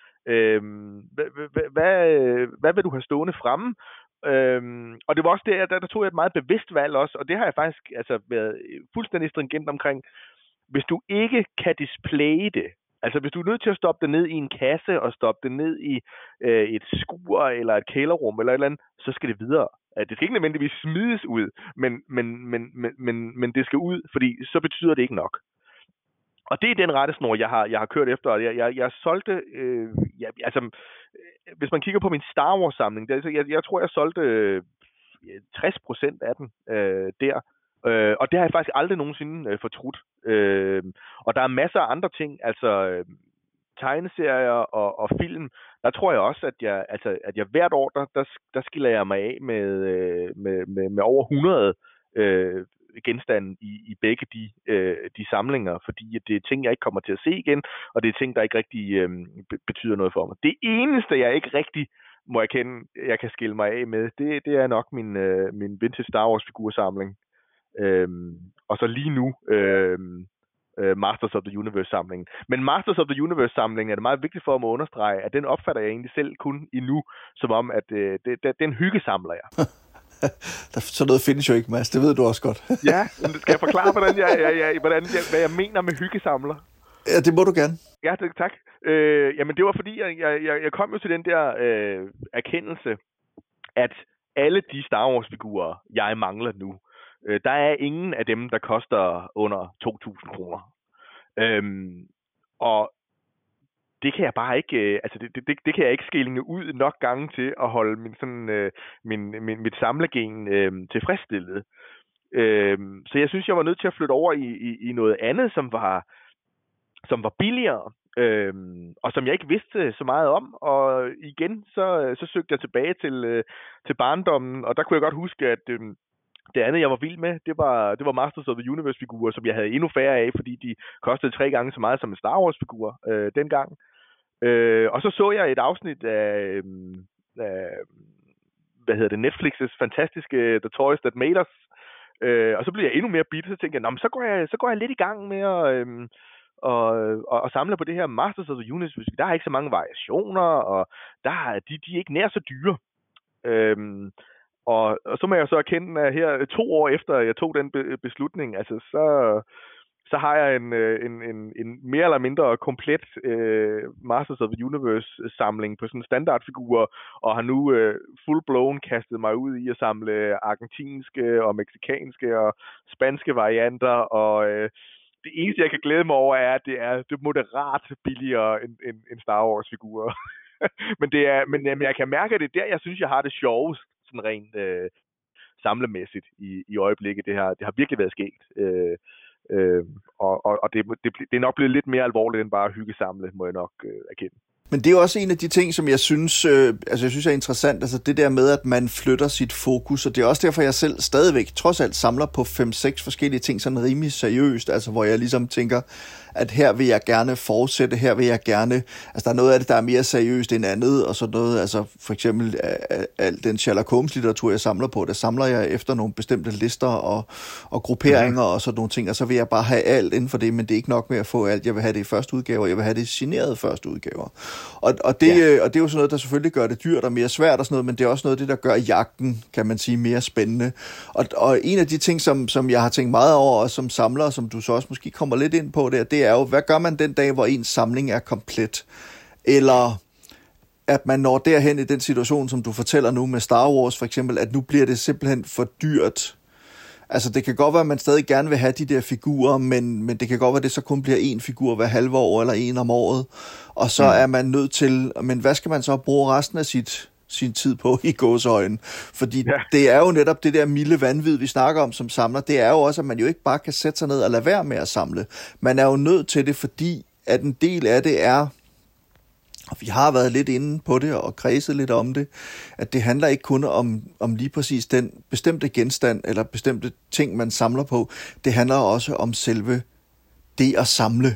Hvad vil du have stående fremme? Og det var også der tog jeg et meget bevidst valg også, og det har jeg faktisk været fuldstændig stringent omkring. Hvis du ikke kan displaye det, altså hvis du er nødt til at stoppe det ned i en kasse og stoppe det ned i et skur eller et kælderrum eller et eller andet, så skal det videre. Det skal ikke nødvendigvis smides ud, men det skal ud, fordi så betyder det ikke nok. Og det er den rettesnor, jeg har kørt efter. Jeg solgte, hvis man kigger på min Star Wars-samling, jeg tror, jeg solgte 60% af den der. Og det har jeg faktisk aldrig nogensinde fortrudt. Og der er masser af andre ting, altså tegneserier og film. Der tror jeg også, at jeg hvert år, der skiller jeg mig af med over 100 genstande i begge de samlinger, fordi det er ting, jeg ikke kommer til at se igen, og det er ting, der ikke rigtig betyder noget for mig. Det eneste, jeg ikke rigtig må erkende, jeg kan skille mig af med, det er nok min vintage Star Wars figursamling. Og så lige nu Masters of the Universe-samlingen. Men Masters of the Universe-samlingen er det meget vigtigt for mig at understrege, at den opfatter jeg egentlig selv kun endnu, som om, at den hyggesamler jeg. Så noget findes jo ikke, Mads. Det ved du også godt. Ja, men skal jeg forklare, hvad jeg mener med hyggesamler? Ja, det må du gerne. Ja, tak. Jamen, det var fordi, jeg kom jo til den der erkendelse, at alle de Star Wars-figurer, jeg mangler nu, der er ingen af dem, der koster under 2.000 kroner. Og det kan jeg bare ikke, det kan jeg ikke skillinge ud nok gange til at holde mit samlegen tilfredsstillet. Så jeg synes, jeg var nødt til at flytte over i noget andet, som var billigere, og som jeg ikke vidste så meget om. Og igen, så søgte jeg tilbage til barndommen, og der kunne jeg godt huske, at det andet, jeg var vild med, det var Masters of the Universe-figurer, som jeg havde endnu færre af, fordi de kostede 3 gange så meget som en Star Wars-figur dengang. Og så jeg et afsnit af Netflix's fantastiske The Toys That Made Us. Og så blev jeg endnu mere bitter, så tænkte jeg, så går jeg lidt i gang med at samle på det her Masters of the Universe. Der er ikke så mange variationer, og de er ikke nær så dyre. Og så må jeg så erkende, at her 2 år efter jeg tog den beslutning, altså så har jeg en mere eller mindre komplet Masters of the Universe samling på sådan standardfigurer, og har nu full-blown kastet mig ud i at samle argentinske og mexikanske og spanske varianter, og det eneste, jeg kan glæde mig over, er, at det er moderat billigere end Star Wars-figurer. men jeg kan mærke, at det er der, jeg synes, jeg har det sjovest, sådan rent samlemæssigt i øjeblikket. Det har virkelig været skægt. Og det er nok blevet lidt mere alvorligt end bare at hyggesamle, må jeg nok erkende. Men det er jo også en af de ting, som jeg synes er interessant, altså det der med, at man flytter sit fokus, og det er også derfor, jeg selv stadigvæk trods alt samler på 5-6 forskellige ting sådan rimelig seriøst, altså hvor jeg ligesom tænker, at her vil jeg gerne fortsætte, her vil jeg gerne, altså der er noget af det, der er mere seriøst end andet, og så noget, altså for eksempel al den Sherlock Holmes litteratur, jeg samler på, der samler jeg efter nogle bestemte lister og grupperinger og sådan nogle ting, og så vil jeg bare have alt inden for det, men det er ikke nok med at få alt, jeg vil have det i første udgaver, jeg vil have det signerede første udgaver. Og det er jo sådan noget, der selvfølgelig gør det dyrt og mere svært og sådan noget, men det er også noget af det, der gør jagten, kan man sige, mere spændende. Og en af de ting, som jeg har tænkt meget over, og som samler, som du så også måske kommer lidt ind på der, det er jo, hvad gør man den dag, hvor ens samling er komplet? Eller at man når derhen i den situation, som du fortæller nu med Star Wars for eksempel, at nu bliver det simpelthen for dyrt. Altså det kan godt være, at man stadig gerne vil have de der figurer, men det kan godt være, at det så kun bliver 1 figur hver halve år eller 1 om året. Og så er man nødt til, men hvad skal man så bruge resten af sin tid på i gåseøjne? Fordi det er jo netop det der milde vanvid, vi snakker om som samler. Det er jo også, at man jo ikke bare kan sætte sig ned og lade være med at samle. Man er jo nødt til det, fordi at en del af det er, og vi har været lidt inde på det og kredset lidt om det, at det handler ikke kun om lige præcis den bestemte genstand eller bestemte ting, man samler på. Det handler også om selve det at samle.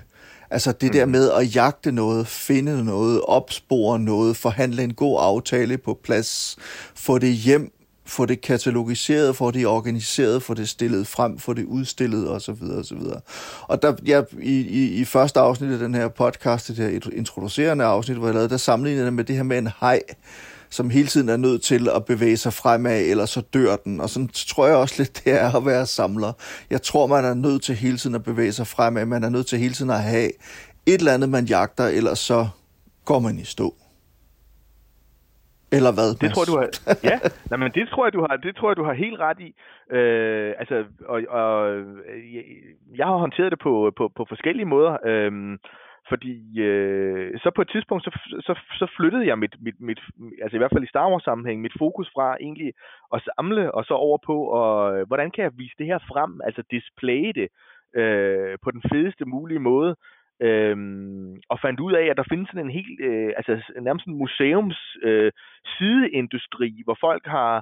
Altså det der med at jagte noget, finde noget, opspore noget, forhandle en god aftale på plads, få det hjem, få det katalogiseret, få det organiseret, få det stillet frem, få det udstillet osv. osv. Og der, i første afsnit af den her podcast, det her introducerende afsnit, hvor jeg lavede, der sammenlignede det med det her med en haj, som hele tiden er nødt til at bevæge sig fremad, eller så dør den. Og sådan tror jeg også lidt, det er at være samler. Jeg tror, man er nødt til hele tiden at bevæge sig fremad. Man er nødt til hele tiden at have et eller andet, man jagter, ellers så går man i stå. Eller hvad? Det tror du har. Ja, nej, men det tror jeg du har helt ret i. Jeg har håndteret det på forskellige måder. Fordi så på et tidspunkt så flyttede jeg mit altså i hvert fald i Star Wars sammenhæng, mit fokus fra egentlig at samle og så over på hvordan kan jeg vise det her frem, altså displaye det på den fedeste mulige måde. Og fandt ud af, at der findes sådan en helt nærmest en museums sideindustri, hvor folk har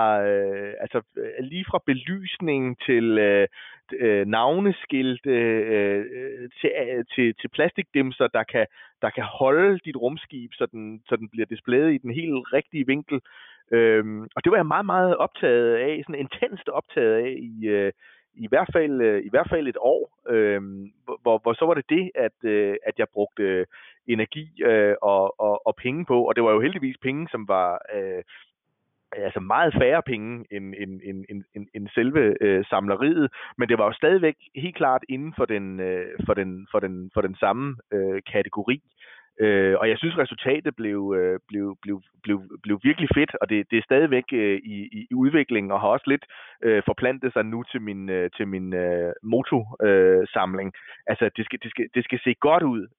lige fra belysning til navneskilte til plastikdimser, der kan holde dit rumskib, så den bliver displayet i den helt rigtige vinkel. Og det var jeg meget, meget optaget af, sådan intenst optaget af i hvert fald et år, hvor så var det, at jeg brugte energi og penge på, og det var jo heldigvis penge, som var meget færre penge end selve samleriet, men det var jo stadigvæk helt klart inden for den samme kategori. Og jeg synes resultatet blev virkelig fedt, og det er stadigvæk i udvikling, og har også lidt forplantet sig nu til min motosamling. Altså det skal se godt ud,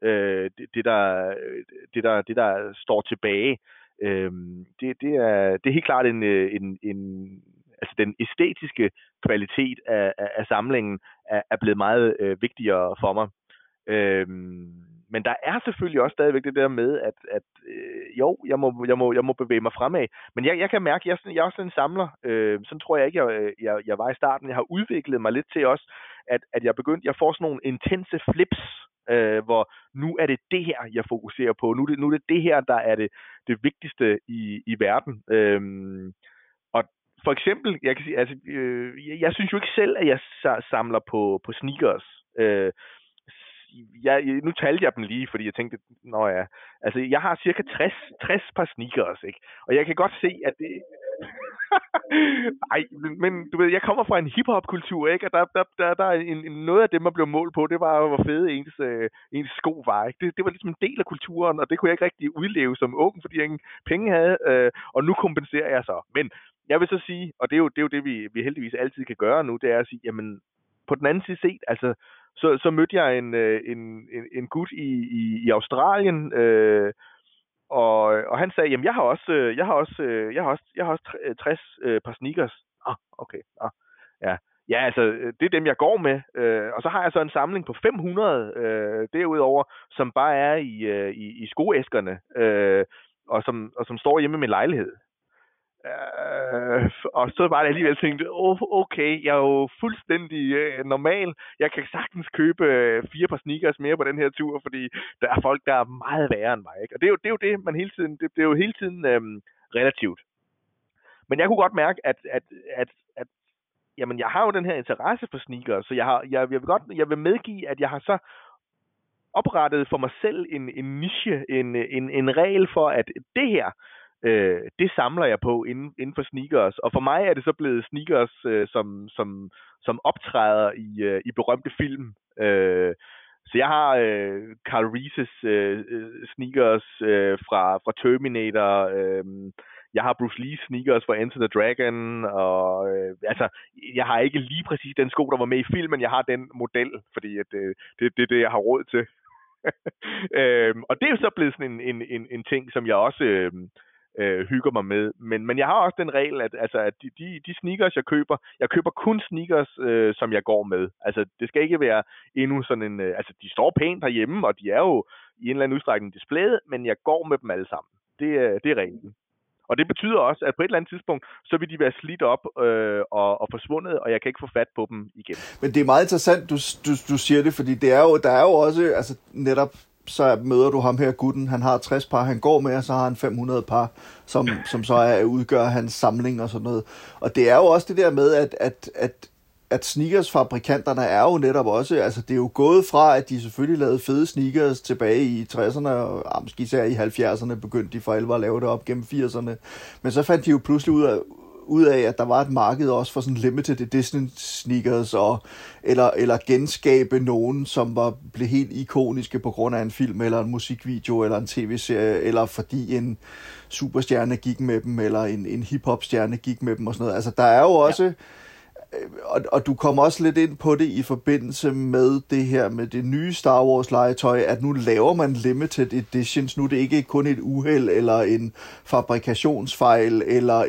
det der står tilbage. Det er helt klart altså den æstetiske kvalitet af samlingen er blevet meget vigtigere for mig. Men der er selvfølgelig også stadigvæk det der med, at jeg må bevæge mig fremad. Men jeg kan mærke, at jeg er også sådan en samler. Sådan tror jeg ikke, jeg var i starten. Jeg har udviklet mig lidt til også, at jeg får sådan nogle intense flips, hvor nu er det her, jeg fokuserer på. Nu er det her, der er det vigtigste i verden. Og for eksempel, jeg kan sige, jeg synes jo ikke selv, at jeg samler på sneakers. Nu talte jeg dem lige, fordi jeg tænkte, jeg har cirka 60 par sneakers, ikke? Og jeg kan godt se, at det... Ej, men du ved, jeg kommer fra en hip-hop-kultur, ikke? Og der er noget af det, man blev målt på, det var, hvor fede ens sko var, ikke? Det var ligesom en del af kulturen, og det kunne jeg ikke rigtig udleve som ung, fordi jeg ingen penge havde, og nu kompenserer jeg så. Men jeg vil så sige, og det er jo det, vi heldigvis altid kan gøre nu, det er at sige, jamen, på den anden side set, altså, så mødte jeg en gut i Australien, og han sagde, jamen jeg har også 60 par sneakers. Okay. Ja. Ja, altså det er dem jeg går med, og så har jeg så en samling på 500 derudover, som bare er i skoæskerne, og som står hjemme i min lejlighed. Og så var det alligevel tænkt, okay, jeg er jo fuldstændig normal. Jeg kan sagtens købe 4 par sneakers mere på den her tur, fordi der er folk, der er meget værre end mig, ikke? Og det er jo det, man hele tiden, det er jo hele tiden relativt. Men jeg kunne godt mærke, at jamen, jeg har jo den her interesse for sneakers, så jeg vil medgive, at jeg har så oprettet for mig selv en niche, en regel for, at det her, det samler jeg på inden for sneakers, og for mig er det så blevet sneakers, som optræder i berømte film. Så jeg har Carl Reeses sneakers fra Terminator, jeg har Bruce Lee's sneakers fra Enter the Dragon, og jeg har ikke lige præcis den sko, der var med i filmen, jeg har den model, fordi det er det, jeg har råd til. Og det er jo så blevet sådan en ting, som jeg også hygger mig med. Men jeg har også den regel, at de sneakers, jeg køber kun sneakers, som jeg går med. Altså, det skal ikke være endnu sådan en... de står pænt herhjemme, og de er jo i en eller anden udstrækning displayet, men jeg går med dem alle sammen. Det er reglen. Og det betyder også, at på et eller andet tidspunkt, så vil de være slidt op og forsvundet, og jeg kan ikke få fat på dem igen. Men det er meget interessant, du siger det, fordi det er jo, der er jo også, altså netop, så møder du ham her, gutten, han har 60 par, han går med, og så har han 500 par, som så udgør hans samling og sådan noget. Og det er jo også det der med, at sneakersfabrikanterne er jo netop også, altså det er jo gået fra, at de selvfølgelig lavede fede sneakers tilbage i 60'erne, og måske især i 70'erne begyndte de for alvor at lave det op gennem 80'erne. Men så fandt de jo pludselig ud af, at der var et marked også for sådan limited edition sneakers, eller genskabe nogen, som blev helt ikoniske på grund af en film, eller en musikvideo, eller en tv-serie, eller fordi en superstjerne gik med dem, eller en hiphop-stjerne gik med dem, og sådan noget. Altså der er jo også... Ja. Og du kommer også lidt ind på det i forbindelse med det her med det nye Star Wars legetøj, at nu laver man limited editions. Nu er det ikke kun et uheld eller en fabrikationsfejl eller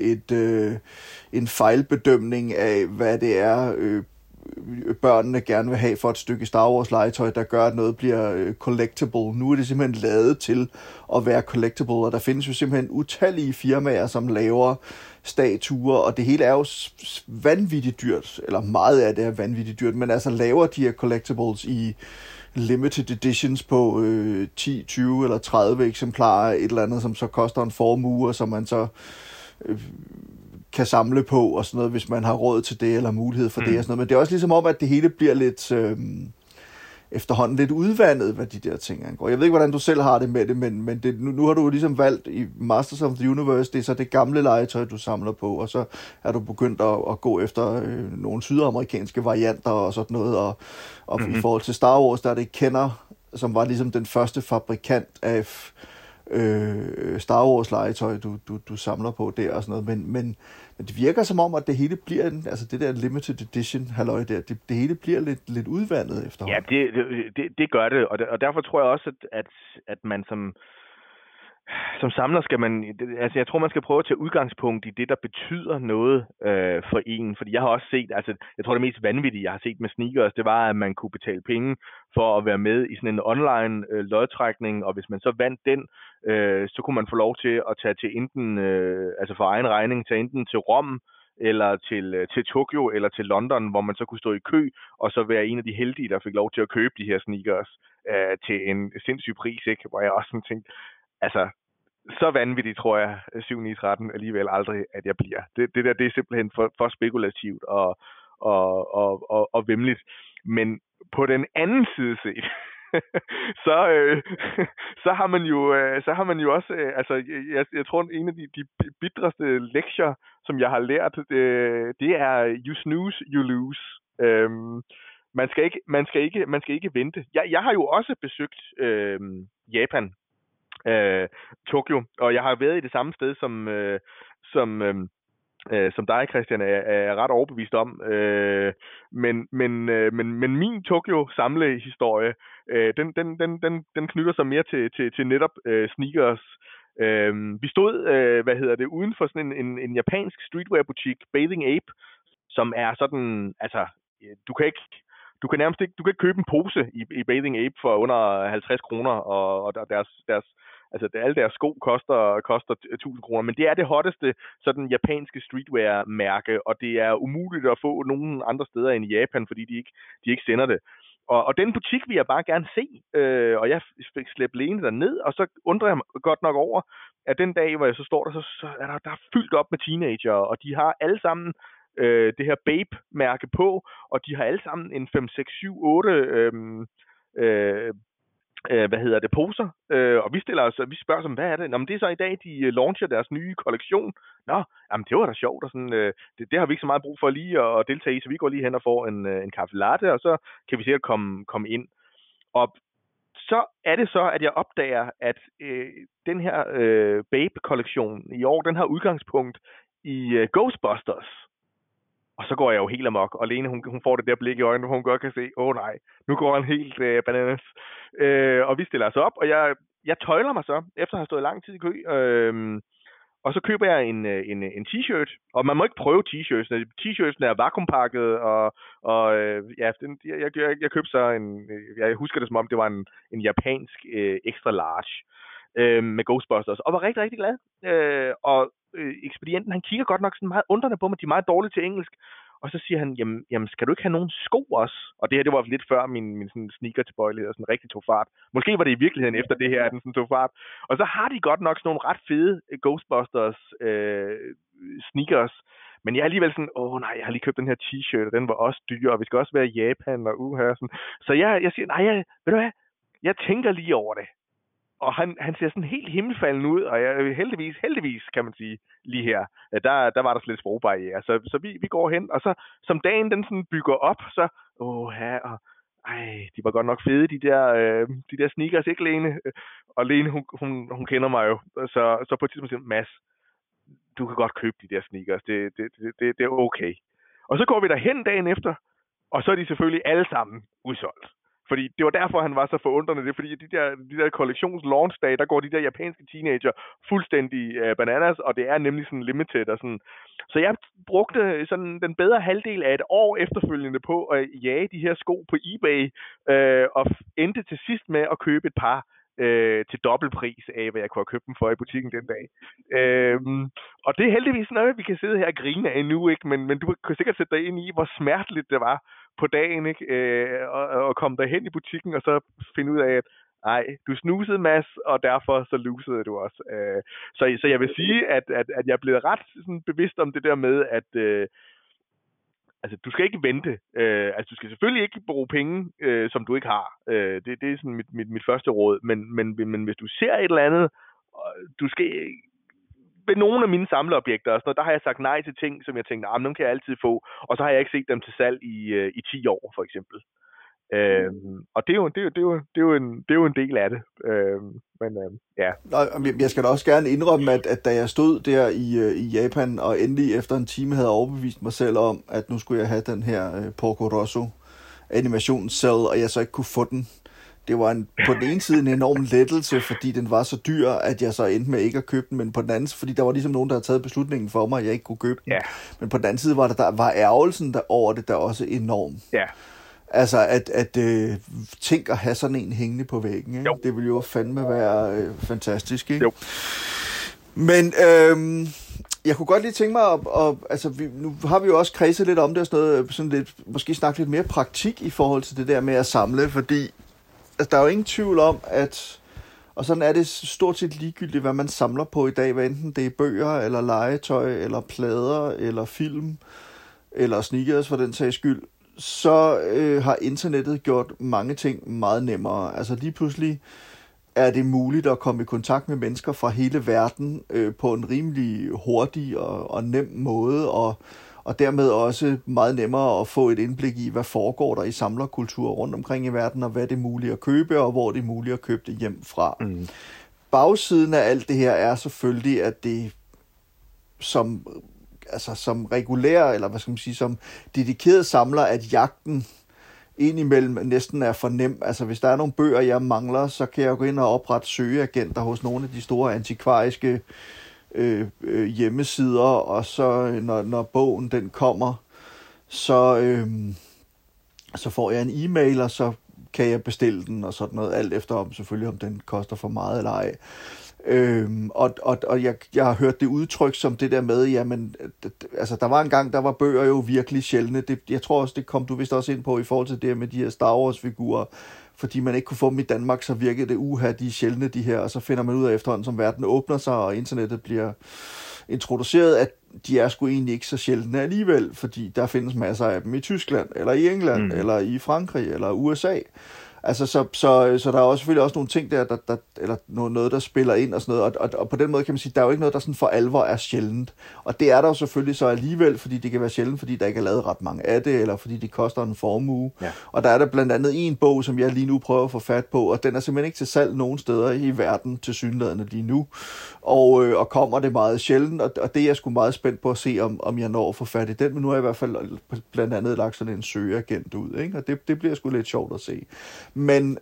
en fejlbedømning af, hvad det er, børnene gerne vil have for et stykke Star Wars legetøj, der gør, at noget bliver collectible. Nu er det simpelthen lavet til at være collectible, og der findes jo simpelthen utallige firmaer, som laver statuer, og det hele er jo vanvittigt dyrt, eller meget af det er vanvittigt dyrt, men altså laver de her collectibles i limited editions på 10, 20 eller 30 eksemplarer, et eller andet, som så koster en formue, og som man så kan samle på, og sådan noget, hvis man har råd til det, eller mulighed for det, og sådan noget. Men det er også ligesom om, at det hele bliver lidt efterhånden lidt udvandet, hvad de der ting angår. Jeg ved ikke, hvordan du selv har det med det, men det, nu har du ligesom valgt i Masters of the Universe, det er så det gamle legetøj, du samler på, og så er du begyndt at gå efter nogle sydamerikanske varianter og sådan noget, og i forhold til Star Wars, der er det Kenner, som var ligesom den første fabrikant af Star Wars legetøj, du samler på der og sådan noget, men det virker som om, at det hele bliver, altså det der limited edition halløj der, det hele bliver lidt udvandet efterhånden. Ja, det gør det, og derfor tror jeg også, at man som samler skal man, altså jeg tror man skal prøve at tage udgangspunkt i det, der betyder noget for en, fordi jeg har også set, altså jeg tror det mest vanvittige, jeg har set med sneakers, det var, at man kunne betale penge for at være med i sådan en online lodtrækning, og hvis man så vandt den, så kunne man få lov til at tage til enten, altså for egen regning, tage enten til Rom, eller til Tokyo, eller til London, hvor man så kunne stå i kø, og så være en af de heldige, der fik lov til at købe de her sneakers til en sindssyg pris, ikke? Hvor jeg også sådan tænkte, altså, så vanvittigt tror jeg, 7-9-13 alligevel aldrig, at jeg bliver. Det der, det er simpelthen for spekulativt og vemmeligt. Men på den anden side set, så har man jo også, altså jeg tror, en af de bitreste lektier, som jeg har lært, det er you snooze, you lose. Man skal ikke vente. Jeg har jo også besøgt Japan, Tokyo, og jeg har været i det samme sted som dig, Christian, er ret overbevist om. Men min Tokyo samlehistorie, den knytter sig mere til netop sneakers. Vi stod, uden for sådan en japansk streetwear butik, Bathing Ape, som er sådan, altså, du kan ikke købe en pose i Bathing Ape for under 50 kroner, og alle deres sko koster 1000 kroner, men det er det hotteste sådan japanske streetwear-mærke, og det er umuligt at få nogen andre steder end i Japan, fordi de ikke sender det. Og den butik vil jeg bare gerne se, og jeg fik slæbt Lene derned, og så undrer jeg mig godt nok over, at den dag, hvor jeg så står der, så er der fyldt op med teenager, og de har alle sammen det her Babe-mærke på, og de har alle sammen en 5, 6, 7, 8 poser, og vi spørger som, hvad er det? Nå, men det er så i dag, de launcher deres nye kollektion. Nå, jamen det var da sjovt, og sådan, det har vi ikke så meget brug for lige at deltage i, så vi går lige hen og får en kaffe latte, og så kan vi sikkert komme ind. Og så er det så, at jeg opdager, at den her Babe-kollektion i år, den har udgangspunkt i Ghostbusters. Og så går jeg jo helt amok, og Lene, hun får det der blik i øjnene, hvor hun godt kan se, nej, nu går han helt bananas. Og vi stiller os op, og jeg tøjler mig så, efter at have stået lang tid i kø, og så køber jeg en t-shirt, og man må ikke prøve t-shirtsene. T-shirtsene er vakuumpakket, jeg købte så jeg husker det som om, det var en japansk extra large. med Ghostbusters, og var rigtig, rigtig glad. Og ekspedienten, han kigger godt nok sådan meget undrende på mig, de er meget dårlige til engelsk, og så siger han, jamen skal du ikke have nogen sko også? Og det her, det var lidt før min sådan sneaker-tilbøjelighed sådan rigtig tog fart. Måske var det i virkeligheden efter det her, at den sådan tog fart. Og så har de godt nok sådan nogle ret fede Ghostbusters sneakers, men jeg er alligevel sådan, nej, jeg har lige købt den her t-shirt, og den var også dyr, og vi skal også være i Japan, og sådan. Så jeg siger, nej, ved du hvad, jeg tænker lige over det. Og han ser sådan helt himmelfaldende ud, og heldigvis kan man sige, lige her, der var der slet sprogbarriere. Så vi går hen, og så som dagen den sådan bygger op, så, de var godt nok fede, de der sneakers, ikke Lene? Og Lene, hun kender mig jo, så på et tidspunkt siger Mads, du kan godt købe de der sneakers, det er okay. Og så går vi derhen dagen efter, og så er de selvfølgelig alle sammen udsolgt. Fordi det var derfor, han var så forundrende. Det er fordi, de der kollektions-launch-dage, der går de der japanske teenager fuldstændig bananas, og det er nemlig sådan limited og sådan. Så jeg brugte sådan den bedre halvdel af et år efterfølgende på at jage de her sko på eBay, og endte til sidst med at købe et par til dobbeltpris af, hvad jeg kunne have købt dem for i butikken den dag. Og det er heldigvis noget, vi kan sidde her og grine af nu, ikke? Men du kan sikkert sætte dig ind i, hvor smerteligt det var på dagen, ikke? Og komme derhen i butikken, og så finde ud af, at du snusede, Mads, og derfor så lusede du også. Så jeg vil sige, at jeg er blevet ret sådan, bevidst om det der med, at altså, du skal ikke vente. Du skal selvfølgelig ikke bruge penge, som du ikke har. Det er sådan mit første råd. Men hvis du ser et eller andet, du skal ved nogle af mine samleobjekter, og sådan noget, der har jeg sagt nej til ting, som jeg tænkte, dem kan jeg altid få, og så har jeg ikke set dem til salg i 10 år, for eksempel. Og det er jo en del af det. Ja. Jeg skal da også gerne indrømme, at da jeg stod der i Japan, og endelig efter en time havde overbevist mig selv om, at nu skulle jeg have den her Porco Rosso animationscell, og jeg så ikke kunne få den. Det var på den ene side en enorm lettelse, fordi den var så dyr, at jeg så endte med ikke at købe den, men på den anden side, fordi der var ligesom nogen, der havde taget beslutningen for mig, at jeg ikke kunne købe den. Yeah. Men på den anden side var ærgelsen over det der også enorm. Ja. Yeah. Altså, at tænk at have sådan en hængende på væggen, ikke? Det ville jo fandme være fantastisk, ikke? Jo. Men jeg kunne godt lige tænke mig nu har vi jo også kredset lidt om det og sådan lidt, måske snakke lidt mere praktik i forhold til det der med at samle, fordi der er jo ingen tvivl om, og sådan er det stort set ligegyldigt, hvad man samler på i dag, hvad enten det er bøger, eller legetøj, eller plader, eller film, eller sneakers for den sags skyld, så har internettet gjort mange ting meget nemmere. Altså lige pludselig er det muligt at komme i kontakt med mennesker fra hele verden på en rimelig hurtig og nem måde, og dermed også meget nemmere at få et indblik i, hvad foregår der i samlerkultur rundt omkring i verden, og hvad det er muligt at købe, og hvor det er muligt at købe det hjem fra. Mm. Bagsiden af alt det her er selvfølgelig, at det som regulær, eller hvad skal man sige, som dedikeret samler, at jagten indimellem næsten er for nem. Altså hvis der er nogle bøger, jeg mangler, så kan jeg gå ind og oprette søgeagenter hos nogle af de store antikvariske hjemmesider, og så når bogen den kommer, så får jeg en e-mail, og så kan jeg bestille den, og sådan noget, alt efter selvfølgelig om den koster for meget eller ej. Og jeg har hørt det udtryk som det der med, jamen, altså der var en gang, der var bøger jo virkelig sjældne. Jeg tror også, det kom du vist også ind på i forhold til det med de her Star Wars-figurer, fordi man ikke kunne få dem i Danmark, så virkede det, de er sjældne de her, og så finder man ud af efterhånden, som verden åbner sig, og internettet bliver introduceret, at de er sgu egentlig ikke så sjældne alligevel, fordi der findes masser af dem i Tyskland, eller i England, eller i Frankrig, eller USA. Altså, så der er også selvfølgelig også nogle ting der eller noget, der spiller ind og sådan noget, og på den måde kan man sige, der er jo ikke noget, der sådan for alvor er sjældent. Og det er der jo selvfølgelig så alligevel, fordi det kan være sjældent, fordi der ikke er lavet ret mange af det, eller fordi det koster en formue. Ja. Og der er der blandt andet en bog, som jeg lige nu prøver at få fat på, og den er simpelthen ikke til salg nogen steder i verden tilsyneladende lige nu. Og kommer det meget sjældent, og det er jeg sgu meget spændt på at se, om jeg når at få fat i den, men nu har jeg i hvert fald blandt andet lagt sådan en søgeagent ud, ikke? Og det bliver sgu lidt sjovt at se. Men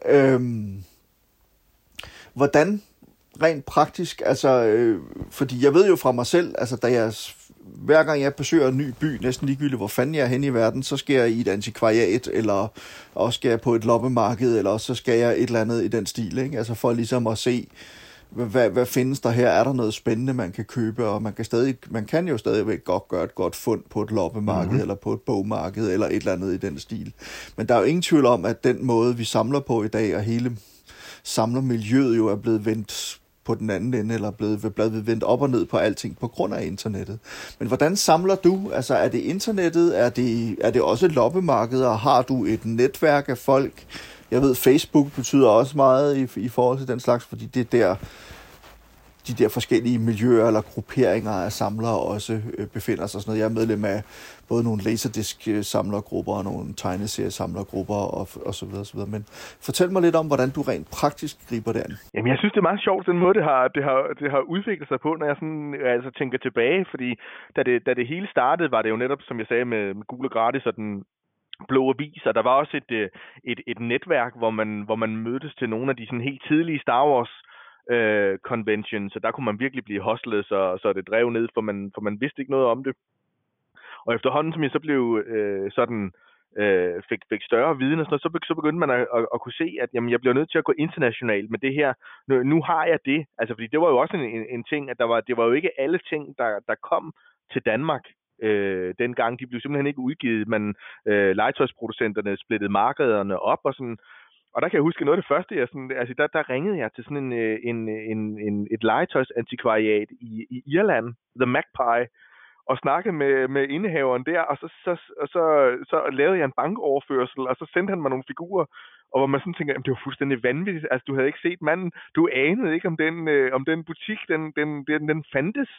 hvordan rent praktisk, altså, fordi jeg ved jo fra mig selv, altså hver gang jeg besøger en ny by, næsten ligegyldigt hvor fanden jeg er henne i verden, så skal jeg i et antikvariat, eller også skal jeg på et loppemarked, eller også så skal jeg et eller andet i den stil, ikke? Altså for ligesom at se, hvad findes der her? Er der noget spændende, man kan købe? Og man kan jo stadigvæk godt gøre et godt fund på et loppemarked, eller på et bogmarked, eller et eller andet i den stil. Men der er jo ingen tvivl om, at den måde, vi samler på i dag, og hele samlermiljøet jo er blevet vendt på den anden ende, eller blevet vendt op og ned på alting på grund af internettet. Men hvordan samler du? Altså, er det internettet? Er det også loppemarkeder? Har du et netværk af folk? Jeg ved, Facebook betyder også meget i forhold til den slags, fordi det er der, de der forskellige miljøer eller grupperinger af samlere også befinder sig. Sådan noget. Jeg er medlem af både nogle Laserdisc-samlergrupper og nogle tegneseriesamlergrupper og så videre, så videre. Men fortæl mig lidt om, hvordan du rent praktisk griber det an. Jamen, jeg synes, det er meget sjovt, den måde, det har udviklet sig på, når jeg sådan, tænker tilbage. Fordi da det hele startede, var det jo netop, som jeg sagde, med Gul og Gratis og den Blå Avis, og der var også et netværk, hvor man mødtes til nogle af de sådan helt tidlige Star Wars convention, så der kunne man virkelig blive hostlet, så det drev ned, for man vidste ikke noget om det. Og efterhånden, som jeg så blev fik større viden og sådan noget, så begyndte man at kunne se, at jamen, jeg bliver nødt til at gå internationalt med det her. Nu har jeg det. Altså, fordi det var jo også en ting, at det var jo ikke alle ting, der kom til Danmark. Dengang, de blev simpelthen ikke udgivet, men legetøjsproducenterne splittede markederne op og sådan. Og der kan jeg huske noget af det første, der ringede jeg til sådan et legetøjsantikvariat i Irland, The Magpie, og snakkede med indehaveren der, og så lavede jeg en bankoverførsel, og så sendte han mig nogle figurer, og hvor man sådan tænker, det var fuldstændig vanvittigt, altså du havde ikke set manden, du anede ikke om den butik, den fandtes,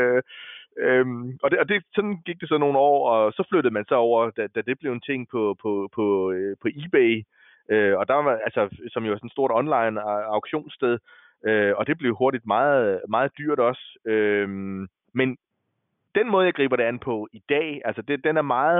og det sådan gik det så nogle år, og så flyttede man så over, da det blev en ting på eBay, og der var, altså, som jo er sådan et stort online auktionssted, og det blev hurtigt meget, meget dyrt også, men den måde, jeg griber det an på i dag, altså den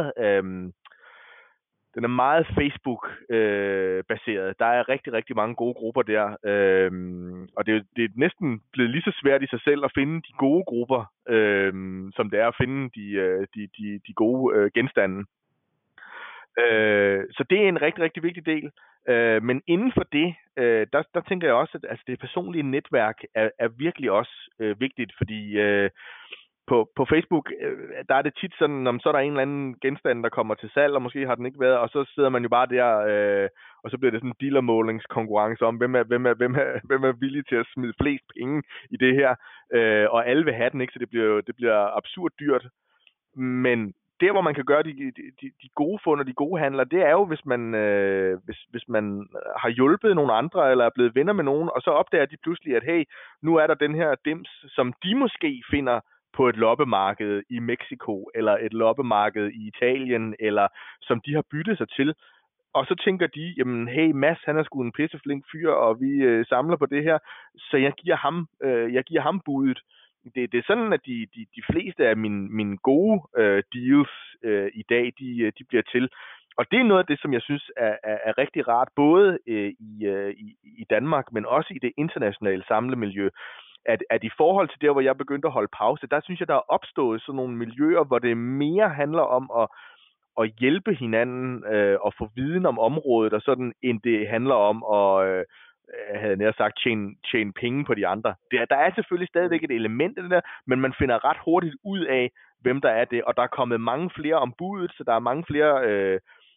er meget Facebook-baseret. Der er rigtig, rigtig mange gode grupper der, og det er næsten blevet lige så svært i sig selv at finde de gode grupper, som det er at finde de gode genstande. Så det er en rigtig, rigtig vigtig del. Men inden for det, der tænker jeg også, at altså, det personlige netværk er virkelig også vigtigt, fordi på Facebook, der er det tit sådan, om så er der en eller anden genstand, der kommer til salg, og måske har den ikke været, og så sidder man jo bare der, og så bliver det sådan en dealermålingskonkurrence om, hvem er villig til at smide flest penge i det her, og alle vil have den, ikke? Så det bliver absurd dyrt. Men der, hvor man kan gøre de gode fund og de gode handler, det er jo, hvis man har hjulpet nogle andre, eller er blevet venner med nogen, og så opdager de pludselig, at hey, nu er der den her dims, som de måske finder på et loppemarked i Mexico, eller et loppemarked i Italien, eller som de har byttet sig til. Og så tænker de, jamen hey, Mads, han er sgu en pisseflink fyr, og vi samler på det her, så jeg giver ham budet. Det er sådan, at de fleste af mine gode deals i dag, de bliver til. Og det er noget af det, som jeg synes er rigtig rart, både i Danmark, men også i det internationale samlemiljø. At i forhold til der, hvor jeg begyndte at holde pause, der synes jeg, der er opstået sådan nogle miljøer, hvor det mere handler om at hjælpe hinanden og få viden om området, og sådan, end det handler om at havde nær sagt tjene penge på de andre. Der er selvfølgelig stadigvæk et element i det der, men man finder ret hurtigt ud af, hvem der er det, og der er kommet mange flere om budet, så der er mange flere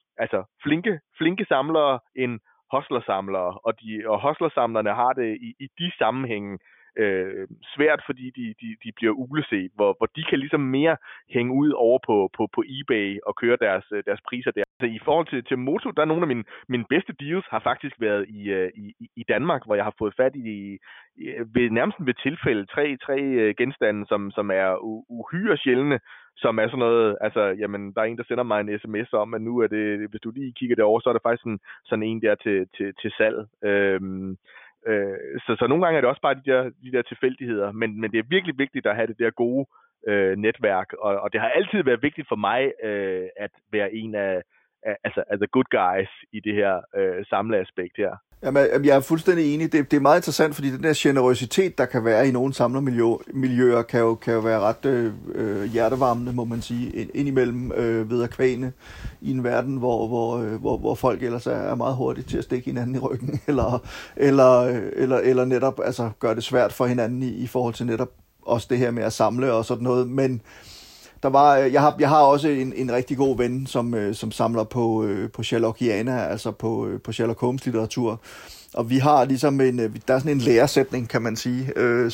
flinke samlere end hostlersamlere, og hostlersamlerne har det i de sammenhænge svært, fordi de bliver ugleset, hvor de kan ligesom mere hænge ud over på eBay og køre deres priser der. Altså, i forhold til Moto, der er nogle af mine bedste deals har faktisk været i Danmark, hvor jeg har fået fat i nærmest ved tilfælde tre genstande, som er uhyre sjældne, som er sådan noget, altså, jamen, der er en, der sender mig en sms om, at nu er det, hvis du lige kigger derover, så er der faktisk sådan en der til salg. Så nogle gange er det også bare de der tilfældigheder, men det er virkelig vigtigt at have det der gode netværk, og det har altid været vigtigt for mig at være en af the good guys i det her samleaspekt her. Jamen, jeg er fuldstændig enig. Det er meget interessant, fordi den der generøsitet, der kan være i nogle samlermiljøer, kan jo være ret hjertevarmende, må man sige, indimellem ved at kvæne i en verden, hvor folk ellers er meget hurtige til at stikke hinanden i ryggen, eller netop altså, gøre det svært for hinanden i forhold til netop også det her med at samle og sådan noget. Men jeg har også en rigtig god ven, som samler på Sherlockiana, altså på Sherlock Holmes litteratur. Og vi har ligesom der er sådan en læresætning, kan man sige,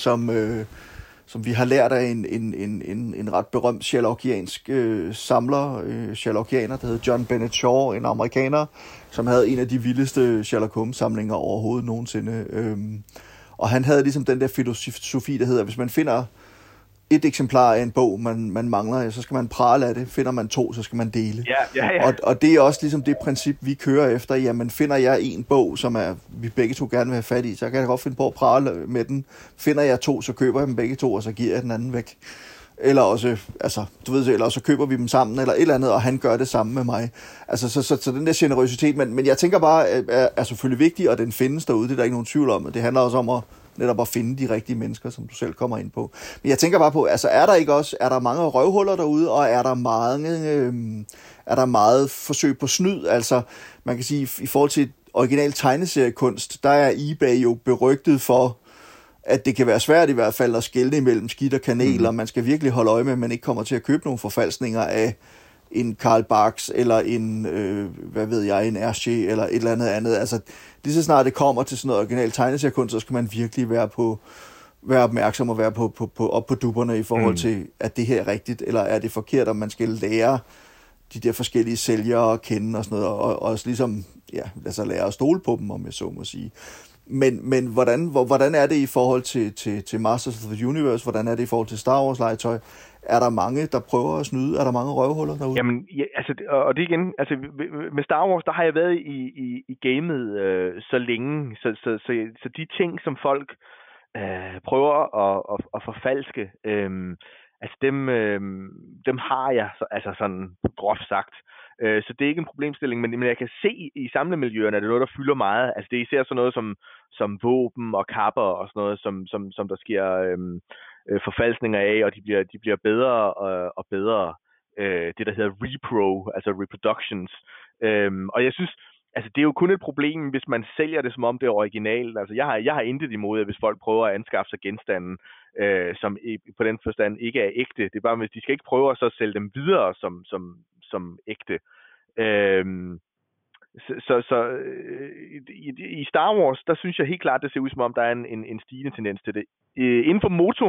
som vi har lært af en ret berømt Sherlockiansk samler, Sherlockianer, der hed John Bennett Shaw, en amerikaner, som havde en af de vildeste Sherlock Holmes samlinger overhovedet nogensinde. Og han havde ligesom den der filosofi, der hedder, hvis man finder et eksemplar af en bog, man mangler, så skal man prale af det. Finder man 2, så skal man dele. Ja. Og det er også ligesom det princip, vi kører efter. Jamen, finder jeg en bog, som vi begge to gerne vil have fat i, så kan jeg godt finde på at prale med den. Finder jeg 2, så køber jeg dem begge 2, og så giver jeg den anden væk. Eller også, altså, eller så køber vi dem sammen, eller et eller andet, og han gør det samme med mig. Altså, så den der generøsitet, men jeg tænker bare, er selvfølgelig vigtig, og den findes derude, det er der ikke nogen tvivl om. Det handler også om netop at finde de rigtige mennesker, som du selv kommer ind på. Men jeg tænker bare på, altså er der mange røvhuller derude, og er der meget forsøg på snyd? Altså, man kan sige, i forhold til original tegneseriekunst, der er eBay jo berygtet for, at det kan være svært i hvert fald at skelne imellem skidt og kanel, og man skal virkelig holde øje med, at man ikke kommer til at købe nogle forfalskninger af en Karl Barks, eller en, en Hergé, eller et eller andet. Altså, lige så snart det kommer til sådan noget original tegneseriekunst, så skal man virkelig være opmærksom og være op på dupperne i forhold til, at det her er rigtigt, eller er det forkert, om man skal lære de der forskellige sælgere at kende og sådan noget, og også ligesom, lære at stole på dem, om jeg så må sige. Men hvordan er det i forhold til Masters of the Universe? Hvordan er det i forhold til Star Wars legetøj? Er der mange, der prøver at snyde? Er der mange røvhuller derude? Jamen, ja, altså, og det igen, altså med Star Wars, der har jeg været i gamet så længe, så de ting, som folk prøver at forfalske, altså dem har jeg, altså sådan groft sagt. Så det er ikke en problemstilling, men jeg kan se i samlemiljøerne, at det er noget, der fylder meget. Altså det er især sådan noget som våben og kapper og sådan noget, som der sker forfalskninger af, og de bliver bedre og bedre. Det, der hedder repro, altså reproductions. Og jeg synes, altså det er jo kun et problem, hvis man sælger det, som om det er originalt. Altså jeg har intet imod, at hvis folk prøver at anskaffe sig genstanden, som på den forstand ikke er ægte. Det er bare, hvis de skal ikke prøve at så sælge dem videre som ægte. I Star Wars, der synes jeg helt klart, det ser ud som om, der er en stigende tendens til det. Inden for moto,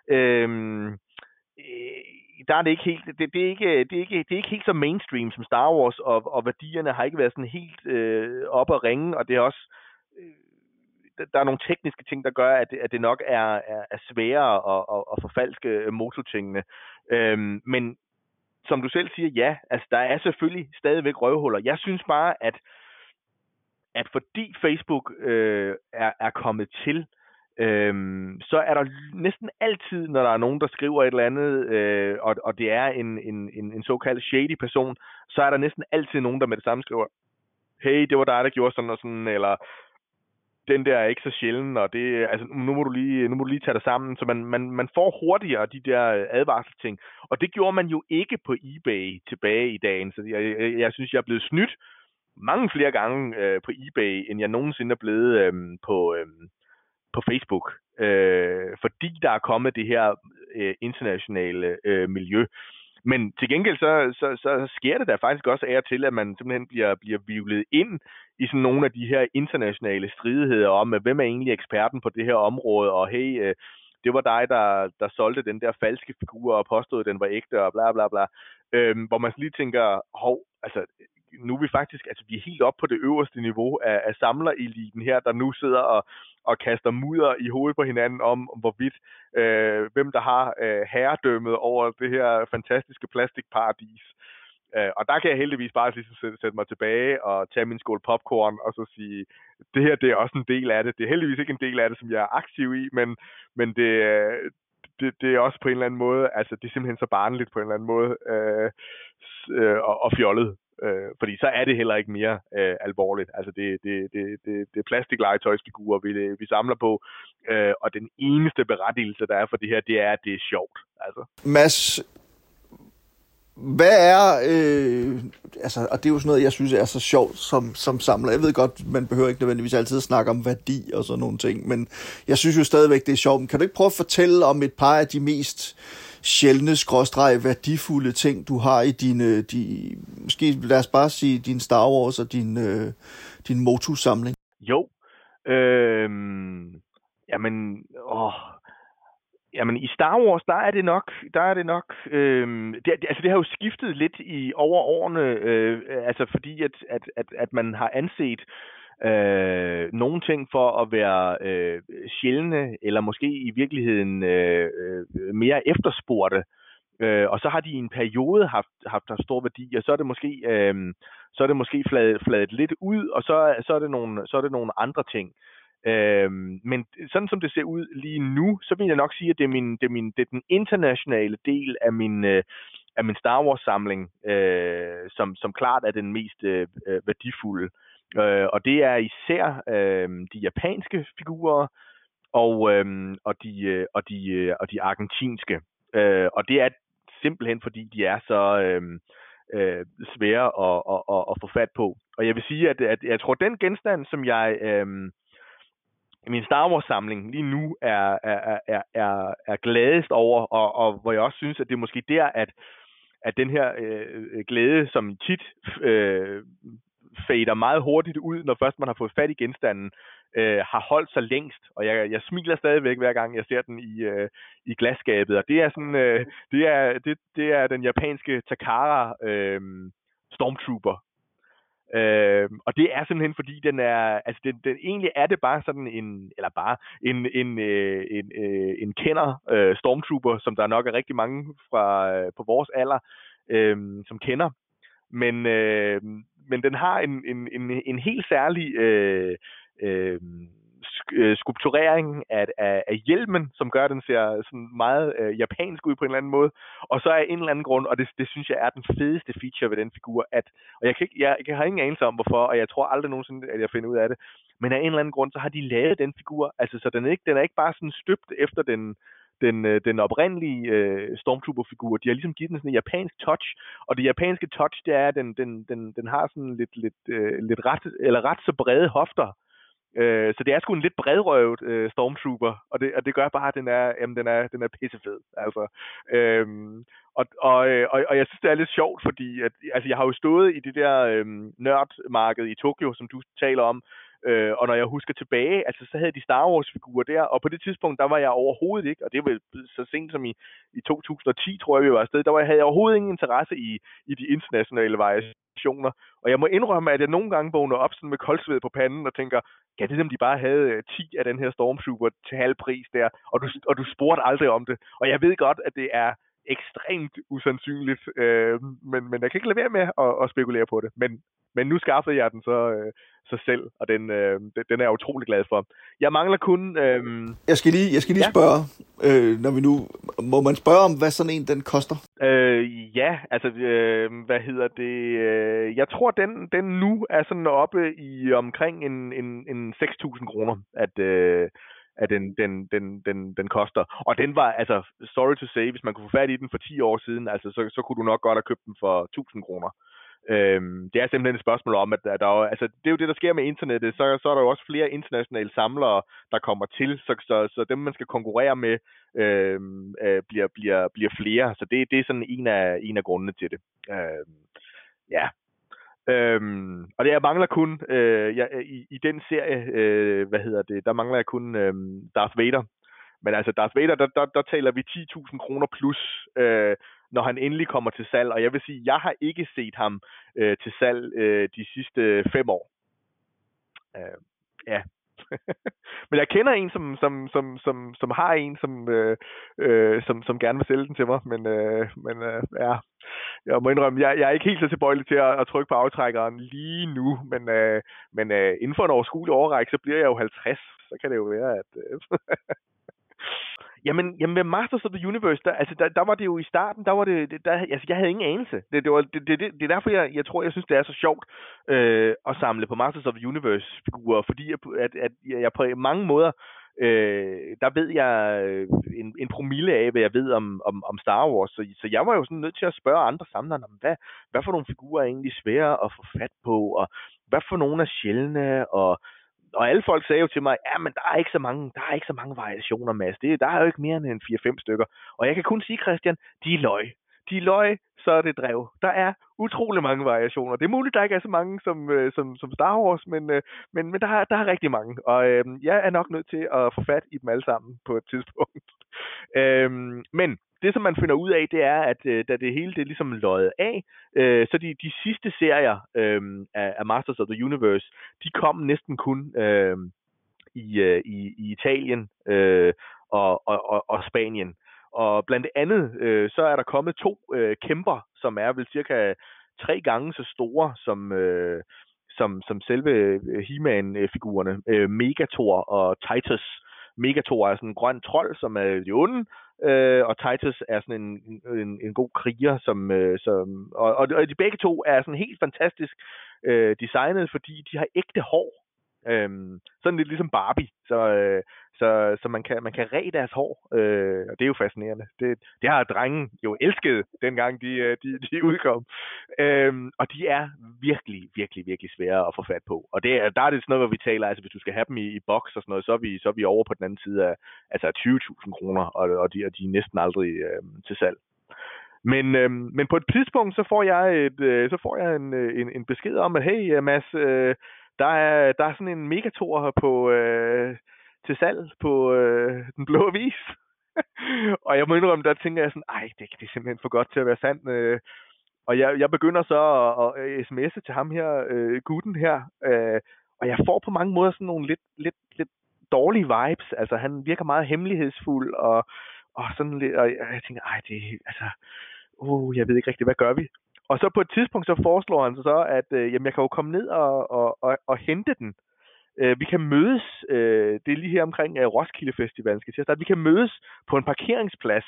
der er det ikke helt, det er ikke helt så mainstream som Star Wars, og værdierne har ikke været sådan helt op at ringe, og det er også der er nogle tekniske ting, der gør, at det nok er sværere at forfalske mototingene. Men som du selv siger, ja, altså der er selvfølgelig stadigvæk røvhuller. Jeg synes bare, at fordi Facebook er kommet til, så er der næsten altid, når der er nogen, der skriver et eller andet, og det er en såkaldt shady person, så er der næsten altid nogen, der med det samme skriver, hey, det var dig, der gjorde sådan og sådan, eller den der er ikke så sjælden, og det, altså, nu må du lige tage dig sammen, så man får hurtigere de der advarselsting, og det gjorde man jo ikke på eBay tilbage i dagen, så jeg synes, jeg er blevet snydt mange flere gange på eBay, end jeg nogensinde er blevet på Facebook, fordi der er kommet det her internationale miljø. Men til gengæld så sker det da faktisk også af og til, at man simpelthen bliver hvirvlet ind i sådan nogle af de her internationale stridigheder om, hvem er egentlig eksperten på det her område, og hey, det var dig, der solgte den der falske figur og påstod, at den var ægte, og bla bla bla. Hvor man lige tænker, altså nu er vi faktisk, altså vi er helt op på det øverste niveau af samlereliten her, der nu sidder og kaster mudder i hovedet på hinanden om hvorvidt, hvem der har herredømmet over det her fantastiske plastikparadis. Og der kan jeg heldigvis bare lige sætte mig tilbage og tage min skål popcorn og så sige, det her det er også en del af det. Det er heldigvis ikke en del af det, som jeg er aktiv i, men det er også på en eller anden måde, altså det er simpelthen så barnligt på en eller anden måde og fjollet. Fordi så er det heller ikke mere alvorligt. Altså det er plastiklegetøjsfigurer, vi samler på, og den eneste berettigelse, der er for det her, det er, at det er sjovt. Altså. Mads, hvad er, og det er jo sådan noget, jeg synes er så sjovt som samler. Jeg ved godt, man behøver ikke nødvendigvis altid at snakke om værdi og sådan nogle ting, men jeg synes jo stadigvæk, det er sjovt. Kan du ikke prøve at fortælle om et par af de mest sjældne, værdifulde ting, du har i måske lad os bare sige, din Star Wars og din Motu-samling? Jo. Jamen, i Star Wars, der er det nok, det har jo skiftet lidt over årene, fordi at man har anset nogle ting for at være sjældne, eller måske i virkeligheden mere efterspurgte. Og så har de i en periode haft stor værdi, og så er det måske fladet lidt ud, og så er det nogle andre ting. Men sådan som det ser ud lige nu, så vil jeg nok sige, at det er den internationale del af min Star Wars samling, som klart er den mest værdifulde. Og det er især de japanske figurer og de argentinske. Og det er simpelthen fordi de er så svære at få fat på. Og jeg vil sige, at jeg tror, den genstand, som jeg i min Star Wars samling lige nu er gladest over, og hvor jeg også synes, at det er måske der, at den her glæde, som tit fader meget hurtigt ud, når først man har fået fat i genstanden, har holdt sig længst. Og jeg smiler stadigvæk, hver gang jeg ser den i glasskabet. Og det er sådan, det er den japanske Takara Stormtrooper. Og det er simpelthen fordi den er, altså den egentlig er det bare sådan en kender Stormtrooper, som der nok er rigtig mange på vores alder som kender, men den har en helt særlig skulpturering af hjelmen, som gør, at den ser sådan meget japansk ud på en eller anden måde. Og så er en eller anden grund, og det synes jeg er den fedeste feature ved den figur, og jeg har ingen anelse om hvorfor, og jeg tror aldrig nogensinde, at jeg finder ud af det, men af en eller anden grund, så har de lavet den figur, altså så den er ikke bare sådan støbt efter den oprindelige Stormtrooper-figur. De har ligesom givet den sådan en japansk touch, og det japanske touch, det er, at den har sådan lidt ret så brede hofter. Så det er sgu en lidt bredrøvet Stormtrooper, og det gør bare, at den er pissefed. Altså. Og jeg synes, det er lidt sjovt, fordi altså, jeg har jo stået i det der nørdmarked i Tokyo, som du taler om, og når jeg husker tilbage, altså så havde de Star Wars-figurer der, og på det tidspunkt, der var jeg overhovedet ikke, og det var så sent som i 2010, tror jeg, vi var afsted, havde jeg overhovedet ingen interesse i de internationale variationer, og jeg må indrømme, at jeg nogle gange vågner op sådan med koldsved på panden og tænker, kan det, om de bare havde 10 af den her Stormtrooper til halv pris der, og du spurgte aldrig om det, og jeg ved godt, at det er ekstremt usandsynligt, men jeg kan ikke lade være med at spekulere på det, men nu skaffede jeg den så selv, og den er jeg utrolig glad for. Jeg mangler kun... Jeg skal lige spørge, når vi nu... Må man spørge om, hvad sådan en den koster? Ja, altså, hvad hedder det? Jeg tror, den nu er sådan oppe i omkring en 6.000 kroner, at den koster. Og den var, altså, sorry to say, hvis man kunne få fat i den for 10 år siden, altså, så kunne du nok godt have købt den for 1.000 kroner. Det er simpelthen et spørgsmål om, at det er jo det, der sker med internettet, så er der jo også flere internationale samlere, der kommer til, så dem, man skal konkurrere med, bliver flere. Så det er sådan en af grundene til det. Ja. Og det jeg mangler kun i den serie, der mangler jeg kun Darth Vader. Men altså Darth Vader, der taler vi 10.000 kroner plus, når han endelig kommer til salg. Og jeg vil sige, jeg har ikke set ham til salg de sidste 5 år. Ja. Men jeg kender en, som har en, som gerne vil sælge den til mig. Men ja, jeg må indrømme, jeg er ikke helt så tilbøjelig til at trykke på aftrækkeren lige nu. Men inden for en overskuelig overrække, så bliver jeg jo 50. Så kan det jo være, at... Jamen med Masters of the Universe, der var det jo i starten, jeg havde ingen anelse. Det er derfor, jeg tror, jeg synes, det er så sjovt at samle på Masters of the Universe-figurer, fordi at jeg på mange måder, der ved jeg en promille af, hvad jeg ved om Star Wars. Så jeg var jo sådan nødt til at spørge andre samlere, hvad for nogle figurer er egentlig svære at få fat på, og hvad for nogle er sjældne, og alle folk sagde jo til mig, ja, men der er ikke så mange variationer, Mads. Der er jo ikke mere end 4-5 stykker. Og jeg kan kun sige, Christian, de er løg, så er det drev. Der er utrolig mange variationer. Det er muligt, der ikke er så mange som Star Wars, men der er rigtig mange. Og jeg er nok nødt til at få fat i dem alle sammen på et tidspunkt. Men det, som man finder ud af, det er, at da det hele det ligesom løjet af, så de sidste serier af Masters of the Universe, de kom næsten kun i Italien og Spanien. Og blandt andet, så er der kommet 2 kæmper, som er vel cirka 3 gange så store som selve He-Man-figurerne. Megator og Titus. Megator er sådan en grøn trold, som er de onde, og Titus er sådan en god kriger, og de begge to er sådan helt fantastisk designet, fordi de har ægte hår. Sådan lidt ligesom Barbie, så man kan ræde deres hår, og det er jo fascinerende. Det har drenge jo elsket, dengang de udkom. Og de er virkelig, virkelig, virkelig svære at få fat på. Og der er det sådan noget, hvor vi taler, altså hvis du skal have dem i boks og sådan noget, så er vi over på den anden side af altså 20.000 kroner, og de er næsten aldrig til salg. Men på et tidspunkt, så får jeg en besked om, at hey Mads, der er sådan en Megator her på til salg på Den Blå Avis. Og jeg må indrømme, der tænker jeg sådan, det er simpelthen for godt til at være sandt. Og jeg begynder så at sms'e til ham her, gutten her, og jeg får på mange måder sådan nogle lidt dårlige vibes. Altså han virker meget hemmelighedsfuld og sådan lidt, og jeg tænker, jeg ved ikke rigtigt, hvad gør vi? Og så på et tidspunkt, så foreslår han så, at jamen, jeg kan jo komme ned og hente den. Vi kan mødes, det er lige her omkring Roskilde Festivalen, skal jeg starte. Vi kan mødes på en parkeringsplads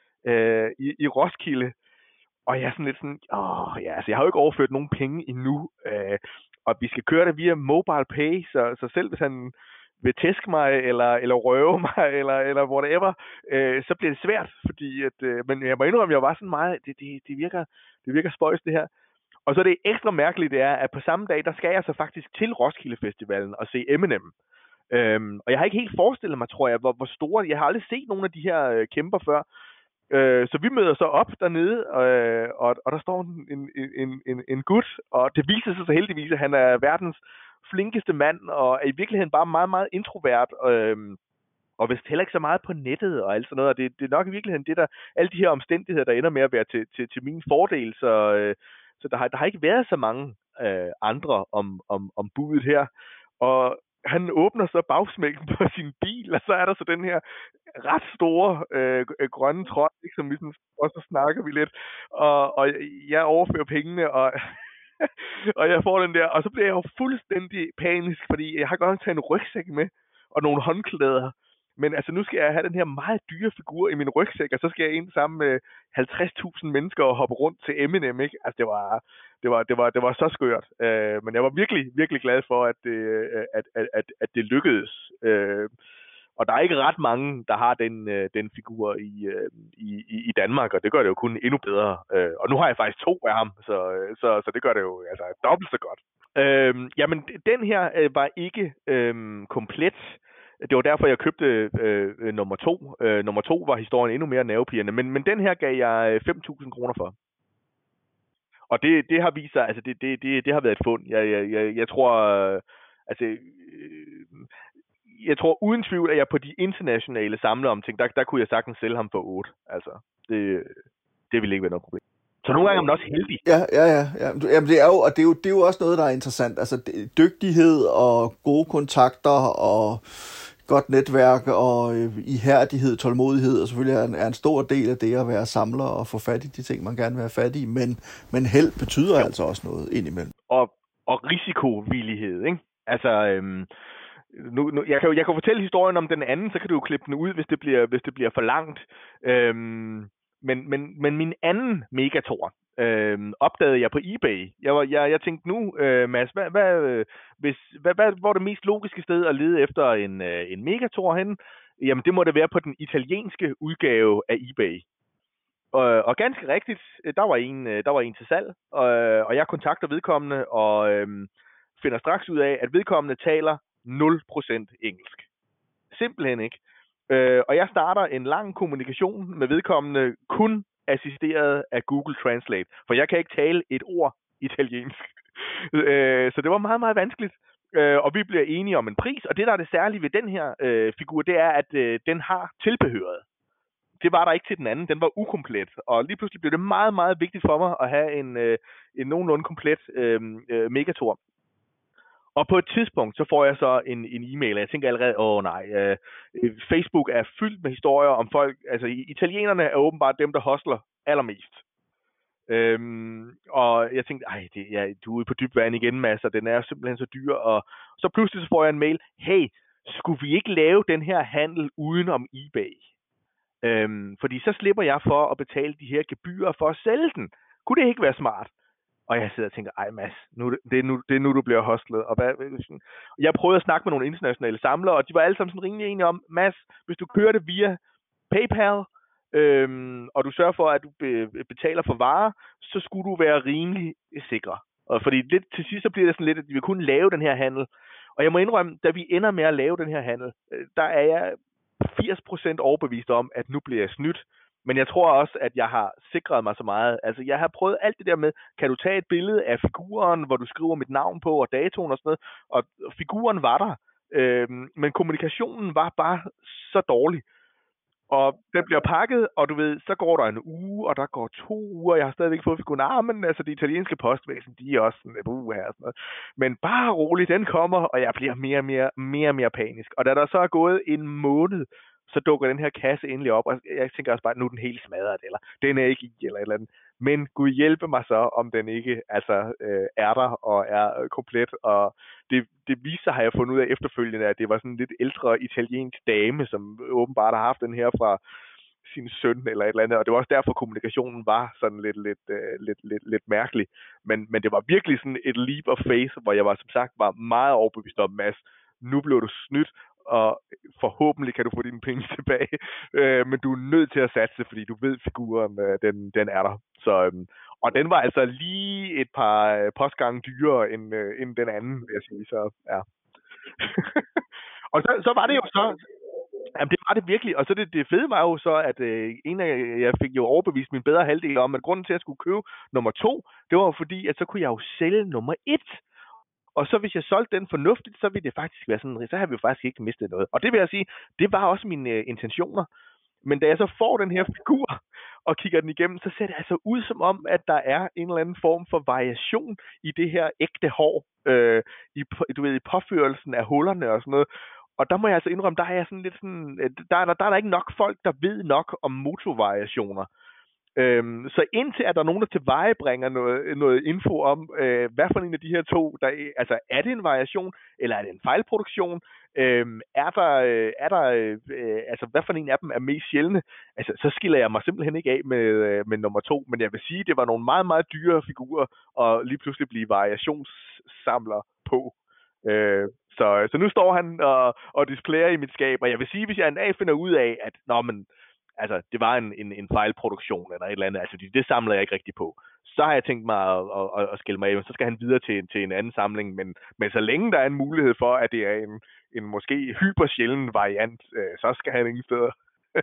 i Roskilde. Og jeg er sådan lidt sådan, jeg har jo ikke overført nogen penge endnu, og vi skal køre det via mobile pay, så selv hvis han vil tæske mig, eller røve mig, eller whatever, så bliver det svært, fordi men jeg må indrømme, jeg var sådan meget, det virker spøjs det her. Og så det ekstra mærkeligt, det er, at på samme dag, der skal jeg så faktisk til Roskilde Festivalen og se Eminem. Og jeg har ikke helt forestillet mig, tror jeg, hvor store, jeg har aldrig set nogle af de her kæmper før. Så vi møder så op dernede, og der står en gut, og det viser sig så heldigvis, at han er verdens flinkeste mand, og er i virkeligheden bare meget, meget introvert, og vist heller ikke så meget på nettet og alt sådan noget, og det er nok i virkeligheden det, der alle de her omstændigheder, der ender med at være til min fordel, så der har ikke været så mange andre om budet her, og han åbner så bagsmækken på sin bil, og så er der så den her ret store grønne trold, som ligesom, og så snakker vi lidt, og jeg overfører pengene, og jeg får den der, og så bliver jeg jo fuldstændig panisk, fordi jeg har godt taget en rygsæk med, og nogle håndklæder, men altså nu skal jeg have den her meget dyre figur i min rygsæk, og så skal jeg ind sammen med 50.000 mennesker og hoppe rundt til Eminem, ikke? Altså det var så skørt, men jeg var virkelig, virkelig glad for, at det lykkedes. Og der er ikke ret mange, der har den figur i Danmark, og det gør det jo kun endnu bedre. Og nu har jeg faktisk 2 af ham, så det gør det jo altså dobbelt så godt. Jamen, den her var ikke komplet. Det var derfor, jeg købte nummer 2. Nummer 2 var historien endnu mere nervepirrende, men den her gav jeg 5.000 kroner for. Og det har vist sig, altså det har været et fund. Jeg tror, jeg tror uden tvivl, at jeg på de internationale samleomting, der kunne jeg sagtens sælge ham for 8. Altså, det ville ikke være noget problem. Så nogle gange er man også heldig. Ja. Jamen, det er jo også noget, der er interessant. Altså, dygtighed og gode kontakter og godt netværk og ihærdighed, tålmodighed, og selvfølgelig er en stor del af det at være samler og få fat i de ting, man gerne vil have fat i, men held betyder altså også noget indimellem. Og risikovillighed, ikke? Altså, Jeg kan fortælle historien om den anden, så kan du jo klippe den ud, hvis det bliver for langt. Men min anden Megator opdagede jeg på eBay. Jeg tænkte nu, Mads, hvor er det mest logiske sted at lede efter en Megator henne? Jamen, det må det være på den italienske udgave af eBay. Og ganske rigtigt, der var en til salg, og jeg kontakter vedkommende og finder straks ud af, at vedkommende taler 0% engelsk. Simpelthen ikke. Og jeg starter en lang kommunikation med vedkommende, kun assisteret af Google Translate, for jeg kan ikke tale et ord italiensk. Så det var meget, meget vanskeligt. Og vi bliver enige om en pris, og det, der er det særlige ved den her figur, det er, at den har tilbehøret. Det var der ikke til den anden. Den var ukomplet. Og lige pludselig blev det meget, meget vigtigt for mig at have en nogenlunde komplet Megator. Og på et tidspunkt, så får jeg så en e-mail, og jeg tænker allerede, Facebook er fyldt med historier om folk, altså italienerne er åbenbart dem, der hostler allermest. Og jeg tænkte, du er ude på dyb vand igen, Mads, og den er simpelthen så dyr. Og så pludselig så får jeg en mail, hey, skulle vi ikke lave den her handel uden om eBay? Fordi så slipper jeg for at betale de her gebyrer for at sælge den. Kunne det ikke være smart? Og jeg sidder og tænker, Mads, det er nu du bliver hostlet. Og jeg prøvede at snakke med nogle internationale samlere, og de var alle sammen sådan rimelig enige om, Mads, hvis du kører det via PayPal, og du sørger for, at du betaler for varer, så skulle du være rimelig sikker. Og fordi lidt til sidst, så bliver det sådan lidt, at vi vil kunne lave den her handel. Og jeg må indrømme, da vi ender med at lave den her handel, der er jeg 80% overbevist om, at nu bliver jeg snydt. Men jeg tror også, at jeg har sikret mig så meget. Altså, jeg har prøvet alt det der med, kan du tage et billede af figuren, hvor du skriver mit navn på, og datoen og sådan noget. Og figuren var der. Men kommunikationen var bare så dårlig. Og den bliver pakket, og du ved, så går der en uge, og der går 2 uger, og jeg har stadigvæk fået figuren. Men altså, det italienske postvæsen, de er også sådan her og sådan noget. Men bare roligt, den kommer, og jeg bliver mere og mere panisk. Og da der så er gået en måned, så dukker den her kasse endelig op, og jeg tænker også bare, nu er den helt smadret, eller den er ikke i, eller et eller andet. Men Gud hjælpe mig så, om den ikke er der, og er komplet, og det viser sig, har jeg fundet ud af efterfølgende, at det var sådan en lidt ældre italiensk dame, som åbenbart har haft den her fra sin søn, eller et eller andet, og det var også derfor, kommunikationen var sådan lidt mærkelig. Men det var virkelig sådan et leap of faith, hvor jeg som sagt var meget overbevist om, Mads, nu blev du snydt, og forhåbentlig kan du få dine penge tilbage, men du er nødt til at satse, fordi du ved, figuren den er der. Så, og den var altså lige et par postgange dyrere end den anden, vil jeg sige. Så, ja. Og så var det jo så... Jamen, det var det virkelig, og så det fede var jo så, at jeg fik jo overbevist min bedre halvdel om, at grunden til, at jeg skulle købe nummer 2, det var fordi, at så kunne jeg jo sælge nummer 1. Og så hvis jeg solgte den fornuftigt, så ville det faktisk være sådan, så har vi jo faktisk ikke mistet noget. Og det vil jeg sige, det var også mine intentioner. Men da jeg så får den her figur og kigger den igennem, så ser det altså ud som om, at der er en eller anden form for variation i det her ægte hår, i påførelsen af hullerne og sådan noget. Og der må jeg altså indrømme, der er jeg sådan lidt sådan, der er ikke nok folk, der ved nok om motovariationer. Så indtil at der er nogen, der tilvejebringer noget info om, hvad for en af de her to, altså er det en variation, eller er det en fejlproduktion, altså hvad for en af dem er mest sjældne, altså så skiller jeg mig simpelthen ikke af med nummer 2, men jeg vil sige, det var nogle meget, meget dyre figurer, og lige pludselig blive variationssamler på. Så nu står han og displayer i mit skab, og jeg vil sige, hvis jeg en dag finder ud af, at altså, det var en fejlproduktion eller et eller andet, altså det samler jeg ikke rigtig på. Så har jeg tænkt mig at skille mig af, så skal han videre til en anden samling, men så længe der er en mulighed for, at det er en måske hypersjælden variant, så skal han ingen steder.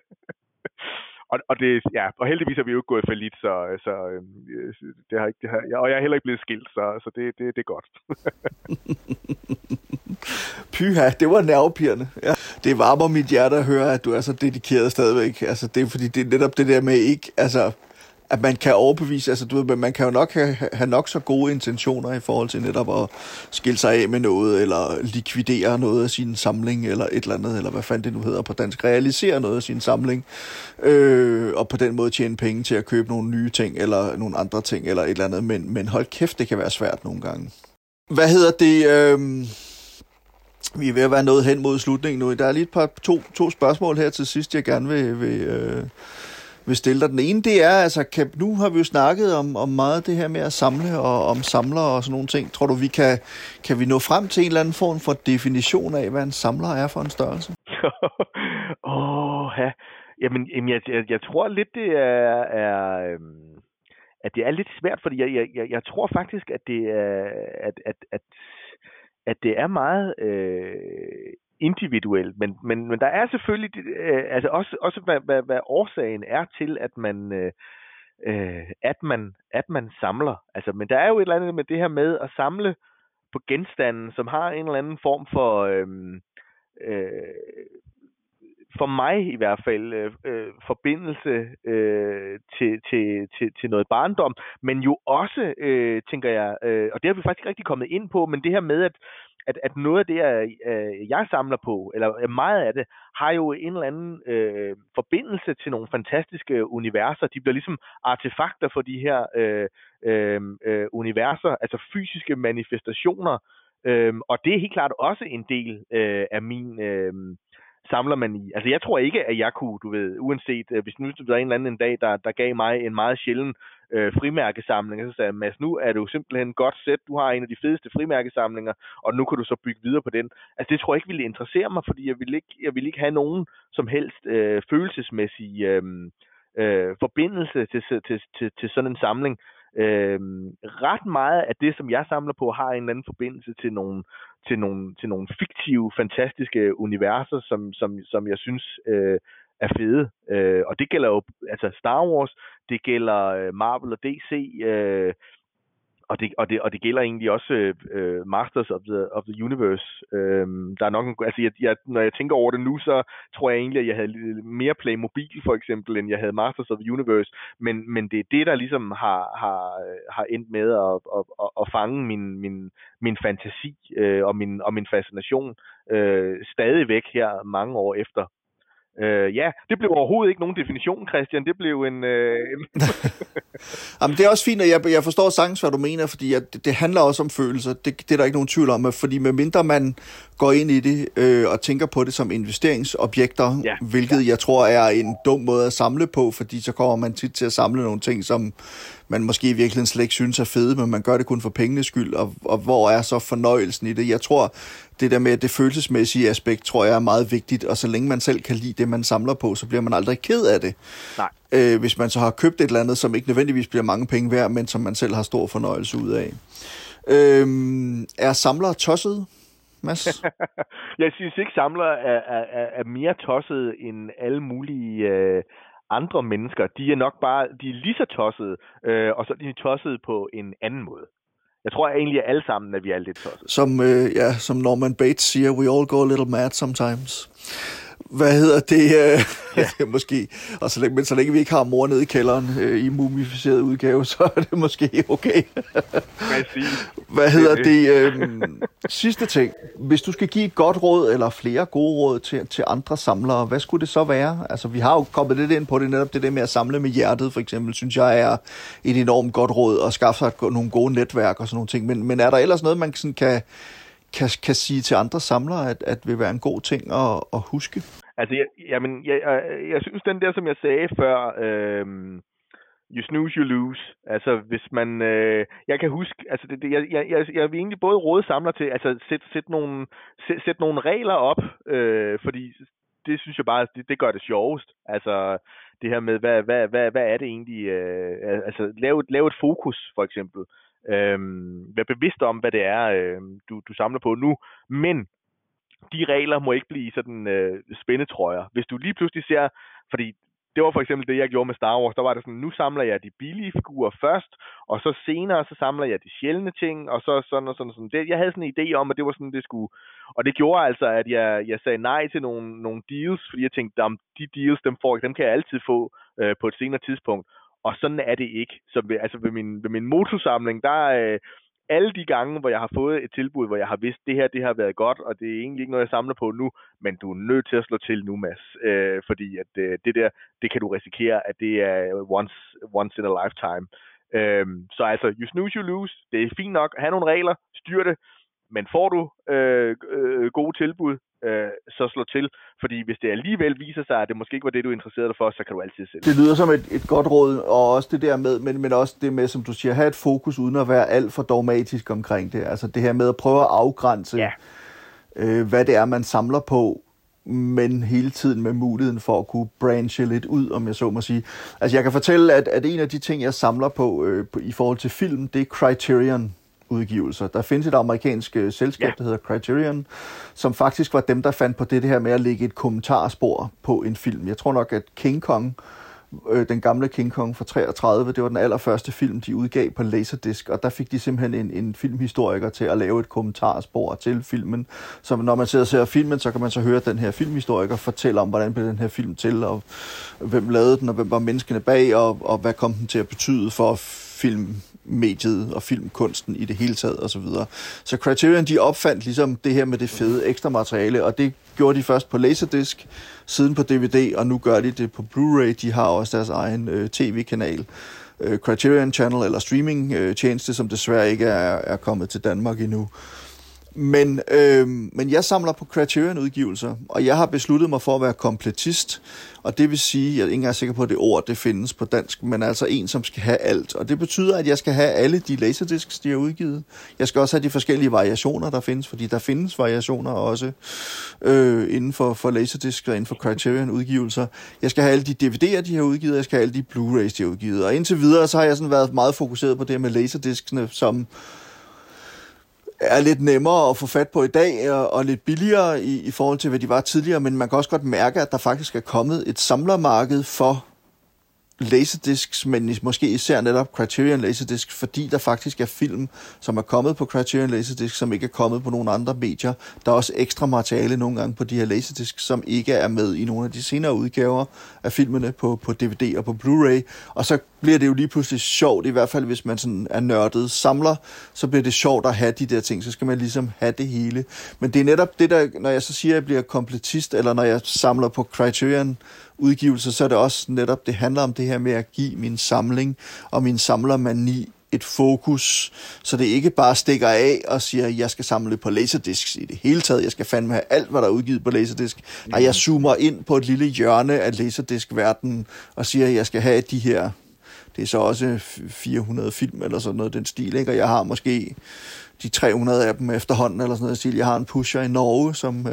Og heldigvis er vi jo ikke gået fallit, så og jeg er heller ikke blevet skilt, så det er godt. Pyha, det var nervepirrende. Ja. Det varmer mit hjerte at høre, at du er så dedikeret stadigvæk. Altså, det er fordi, det er netop det der med ikke, altså, at man kan overbevise, altså, du ved, man kan jo nok have nok så gode intentioner i forhold til netop at skille sig af med noget, eller likvidere noget af sin samling, eller et eller andet, eller hvad fanden det nu hedder på dansk, realisere noget af sin samling, og på den måde tjene penge til at købe nogle nye ting, eller nogle andre ting, eller et eller andet, men hold kæft, det kan være svært nogle gange. Hvad hedder det? Vi er ved at være nået hen mod slutningen nu. Der er lige to spørgsmål her til sidst, jeg gerne vil stille dig. Den ene, det er, altså, nu har vi jo snakket om meget det her med at samle og om samlere og sådan nogle ting. Tror du, kan vi nå frem til en eller anden form for definition af, hvad en samler er for en størrelse? Ja. Jamen jeg tror lidt, det at det er lidt svært, fordi jeg tror faktisk, at det er, at det er meget individuelt, men der er selvfølgelig altså også hvad årsagen er til, at man samler. Altså, men der er jo et eller andet med det her med at samle på genstande, som har en eller anden form for mig i hvert fald forbindelse til noget barndom, men jo også, tænker jeg, og det har vi faktisk ikke rigtig kommet ind på, men det her med, at noget af det, jeg samler på, eller meget af det, har jo en eller anden forbindelse til nogle fantastiske universer. De bliver ligesom artefakter for de her universer, altså fysiske manifestationer, og det er helt klart også en del af min samlermani. Altså jeg tror ikke, at jeg kunne, du ved, uanset, hvis nu der er en eller anden en dag, der gav mig en meget sjælden frimærkesamling, så sagde jeg, Mads, nu er du simpelthen godt sæt, du har en af de fedeste frimærkesamlinger, og nu kan du så bygge videre på den. Altså det tror jeg ikke ville interessere mig, fordi jeg ville ikke have nogen som helst følelsesmæssig forbindelse til sådan en samling. Ret meget af det, som jeg samler på, har en eller anden forbindelse til nogle fiktive, fantastiske universer, som jeg synes er fede. Og det gælder jo altså Star Wars, det gælder Marvel og DC, og det gælder egentlig også Masters of the Universe. Der er nok når jeg tænker over det nu, så tror jeg egentlig, at jeg havde mere Playmobil for eksempel, end jeg havde Masters of the Universe. Men det er det, der ligesom har endt med at fange min fantasi og min fascination stadigvæk her mange år efter. Ja, det blev overhovedet ikke nogen definition, Christian. Det blev en... Jamen, det er også fint, og jeg forstår sagtens, hvad du mener, fordi det handler også om følelser. Det er der ikke nogen tvivl om, fordi medmindre man går ind i det og tænker på det som investeringsobjekter, hvilket jeg tror er en dum måde at samle på, fordi så kommer man tit til at samle nogle ting, som man måske i virkeligheden slet ikke synes er fede, men man gør det kun for pengenes skyld, og hvor er så fornøjelsen i det? Jeg tror, det der med det følelsesmæssige aspekt, tror jeg er meget vigtigt, og så længe man selv kan lide det, man samler på, så bliver man aldrig ked af det. Nej. Hvis man så har købt et eller andet, som ikke nødvendigvis bliver mange penge værd, men som man selv har stor fornøjelse ud af. Er samlere tossede, Mads? Jeg synes ikke, samlere er mere tossede end alle mulige andre mennesker. De er nok bare, de er lige så tossede, og så er de tossede på en anden måde. Jeg tror egentlig, at alle sammen, at vi er lidt tossede. Som Norman Bates siger, we all go a little mad sometimes. Hvad hedder det? Ja. Måske. Og så længe vi ikke har mor nede i kælderen i mumificeret udgave, så er det måske okay. Hvad hedder det? Sidste ting. Hvis du skal give et godt råd, eller flere gode råd til andre samlere, hvad skulle det så være? Altså, vi har jo kommet lidt ind på det, netop det der med at samle med hjertet, for eksempel, synes jeg er et enormt godt råd, at skaffe sig nogle gode netværk og sådan nogle ting. Men er der ellers noget, man sådan kan sige til andre samlere, at vil være en god ting at huske? Altså, jeg synes den der, som jeg sagde før, you snooze, you lose. Altså, hvis man, jeg kan huske, altså, jeg vil egentlig både råde samler til, altså, sæt nogle regler op, fordi det synes jeg bare, det gør det sjovest. Altså, det her med, hvad er det egentlig, altså, lave et fokus, for eksempel. Vær bevidst om, hvad det er, du samler på nu, men de regler må ikke blive sådan spændetrøjer. Hvis du lige pludselig ser, fordi det var for eksempel det, jeg gjorde med Star Wars, der var det sådan, nu samler jeg de billige figurer først, og så senere, så samler jeg de sjældne ting, og så sådan og sådan og sådan. Jeg havde sådan en idé om, at det var sådan, det skulle. Og det gjorde altså, at jeg sagde nej til nogle deals, fordi jeg tænkte, de deals, dem kan jeg altid få på et senere tidspunkt. Og sådan er det ikke. Så ved min motorsamling, der alle de gange, hvor jeg har fået et tilbud, hvor jeg har vidst, det har været godt, og det er egentlig ikke noget, jeg samler på nu, men du er nødt til at slå til nu, Mads. Fordi at det der, det kan du risikere, at det er once in a lifetime. Så altså, you snooze, you lose. Det er fint nok at have nogle regler, styr det, Men får du gode tilbud, så slå til. Fordi hvis det alligevel viser sig, at det måske ikke var det, du interesserede dig for, så kan du altid sælge. Det lyder som et godt råd, og også det der med, men også det med, som du siger, have et fokus uden at være alt for dogmatisk omkring det. Altså det her med at prøve at afgrænse, hvad det er, man samler på, men hele tiden med muligheden for at kunne branche lidt ud, om jeg så må sige. Altså jeg kan fortælle, at en af de ting, jeg samler på i forhold til film, det er Criterion-udgivelser. Der findes et amerikansk selskab, der hedder Criterion, som faktisk var dem, der fandt på det her med at lægge et kommentarspor på en film. Jeg tror nok, at King Kong, den gamle King Kong fra 33, det var den allerførste film, de udgav på Laserdisc, og der fik de simpelthen en filmhistoriker til at lave et kommentarspor til filmen. Så når man sidder og ser filmen, så kan man så høre den her filmhistoriker fortælle om, hvordan blev den her film til, og hvem lavede den, og hvem var menneskene bag, og hvad kom den til at betyde for filmmediet og filmkunsten i det hele taget osv. Så Criterion, de opfandt ligesom det her med det fede ekstra materiale, og det gjorde de først på Laserdisc, siden på DVD, og nu gør de det på Blu-ray. De har også deres egen tv-kanal, Criterion Channel, eller streaming-tjeneste, som desværre ikke er kommet til Danmark endnu. Men jeg samler på Criterion-udgivelser, og jeg har besluttet mig for at være kompletist, og det vil sige, jeg er ikke engang sikker på, at det ord det findes på dansk, men altså en, som skal have alt. Og det betyder, at jeg skal have alle de laserdiscs, de har udgivet. Jeg skal også have de forskellige variationer, der findes, fordi der findes variationer også inden for laserdiscs og inden for Criterion-udgivelser. Jeg skal have alle de DVD'er, de har udgivet, og jeg skal have alle de Blu-rays, de har udgivet. Og indtil videre, så har jeg sådan været meget fokuseret på det med laserdiscsene, som er lidt nemmere at få fat på i dag, og lidt billigere i forhold til, hvad de var tidligere, men man kan også godt mærke, at der faktisk er kommet et samlermarked for laserdiscs, men måske især netop Criterion Laserdiscs, fordi der faktisk er film, som er kommet på Criterion Laserdiscs, som ikke er kommet på nogle andre medier. Der er også ekstra materiale nogle gange på de her Laserdiscs, som ikke er med i nogle af de senere udgaver af filmene på DVD og på Blu-ray. Og så bliver det jo lige pludselig sjovt, i hvert fald hvis man sådan er nørdet samler, så bliver det sjovt at have de der ting, så skal man ligesom have det hele. Men det er netop det der, når jeg så siger, at jeg bliver kompletist, eller når jeg samler på Criterion udgivelser, så er det også netop, det handler om det her med at give min samling og min samlermani et fokus, så det ikke bare stikker af og siger, at jeg skal samle på laserdiscs i det hele taget. Jeg skal fandme have alt, hvad der er udgivet på laserdisc. Nej, jeg zoomer ind på et lille hjørne af laserdisc-verdenen og siger, at jeg skal have de her, det er så også 400 film eller sådan noget, den stil, ikke? Og jeg har måske de 300 af dem efterhånden, eller sådan noget stil. Jeg har en pusher i Norge,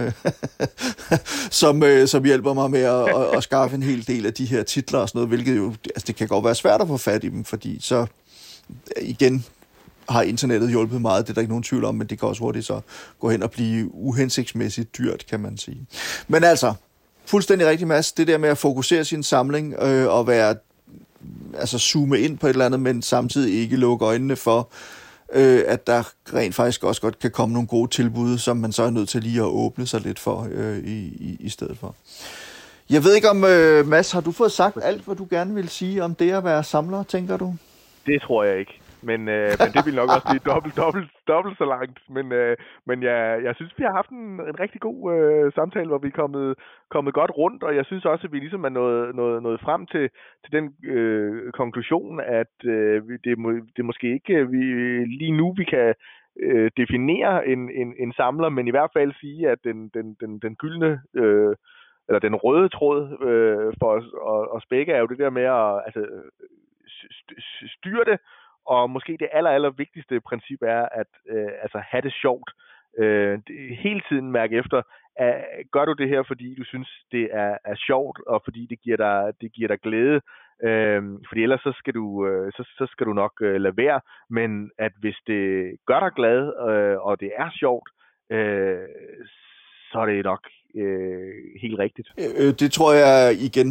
som hjælper mig med at skaffe en hel del af de her titler og sådan noget, hvilket jo, altså det kan godt være svært at få fat i dem, fordi så igen har internettet hjulpet meget, det er der ikke nogen tvivl om, men det kan også hurtigt så gå hen og blive uhensigtsmæssigt dyrt, kan man sige. Men altså, fuldstændig rigtig, Mads, det der med at fokusere sin samling og være, altså zoome ind på et eller andet, men samtidig ikke lukke øjnene for, at der rent faktisk også godt kan komme nogle gode tilbud, som man så er nødt til lige at åbne sig lidt for i stedet for. Jeg ved ikke om, Mads, har du fået sagt alt, hvad du gerne vil sige om det at være samler, tænker du? Det tror jeg ikke. Men det vil nok også blive dobbelt så langt. Men jeg synes, vi har haft en rigtig god samtale, hvor vi er kommet godt rundt, og jeg synes også, at vi ligesom er nået frem til den konklusion, at det er måske ikke lige nu, vi kan definere en samler, men i hvert fald sige, at den gyldne eller den røde tråd for os begge er jo det der med at styre det. Og måske det aller vigtigste princip er at have det sjovt. Hele tiden mærke efter, gør du det her, fordi du synes, det er sjovt, og fordi det giver dig glæde. Fordi ellers så skal du nok lade være. Men at hvis det gør dig glad, og det er sjovt, så er det nok helt rigtigt. Det tror jeg igen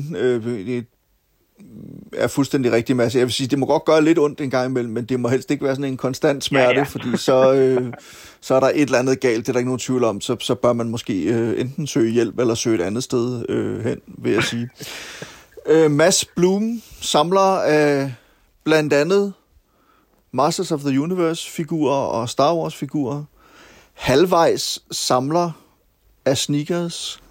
er fuldstændig rigtig, Mads. Jeg vil sige, det må godt gøre lidt ondt en gang imellem, men det må helst ikke være sådan en konstant smerte, fordi så er der et eller andet galt, det er der ikke nogen tvivl om, så bør man måske enten søge hjælp, eller søge et andet sted hen, vil jeg sige. Mads Blum samler af blandt andet Masters of the Universe-figurer og Star Wars-figurer. Halvvejs samler af sneakers.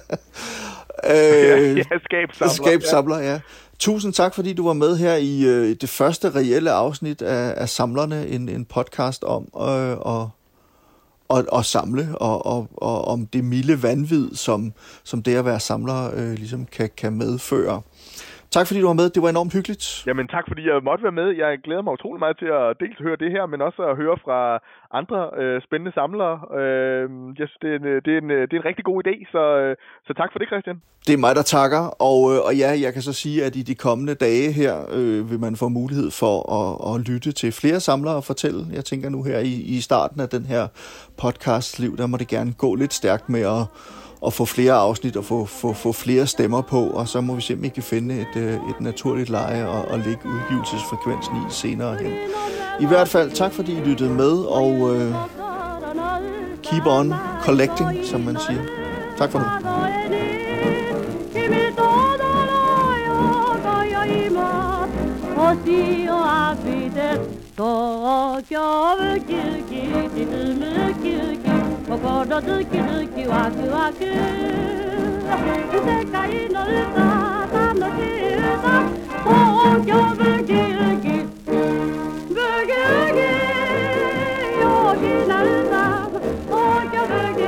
Skabssamler, ja. Tusind tak, fordi du var med her i det første reelle afsnit af Samlerne, en podcast om at samle, og om det milde vanvid, som det at være samler ligesom kan medføre. Tak fordi du var med. Det var enormt hyggeligt. Jamen tak fordi jeg måtte være med. Jeg glæder mig utrolig meget til at dels høre det her, men også at høre fra andre spændende samlere. Jeg synes, det er en rigtig god idé, så tak for det, Christian. Det er mig, der takker, og ja, jeg kan så sige, at i de kommende dage her vil man få mulighed for at lytte til flere samlere og fortælle. Jeg tænker nu her i starten af den her podcast-liv, der må det gerne gå lidt stærkt med at få flere afsnit og få flere stemmer på, og så må vi simpelthen kan finde et naturligt leje og lægge udgivelsesfrekvensen i senere hen. I hvert fald tak fordi I lyttede med, og keep on collecting, som man siger. Tak for nu. Kokoro duki duki waku waku 世界の歌楽しい歌東京ブギウギブギウギ陽気な歌東京ブギ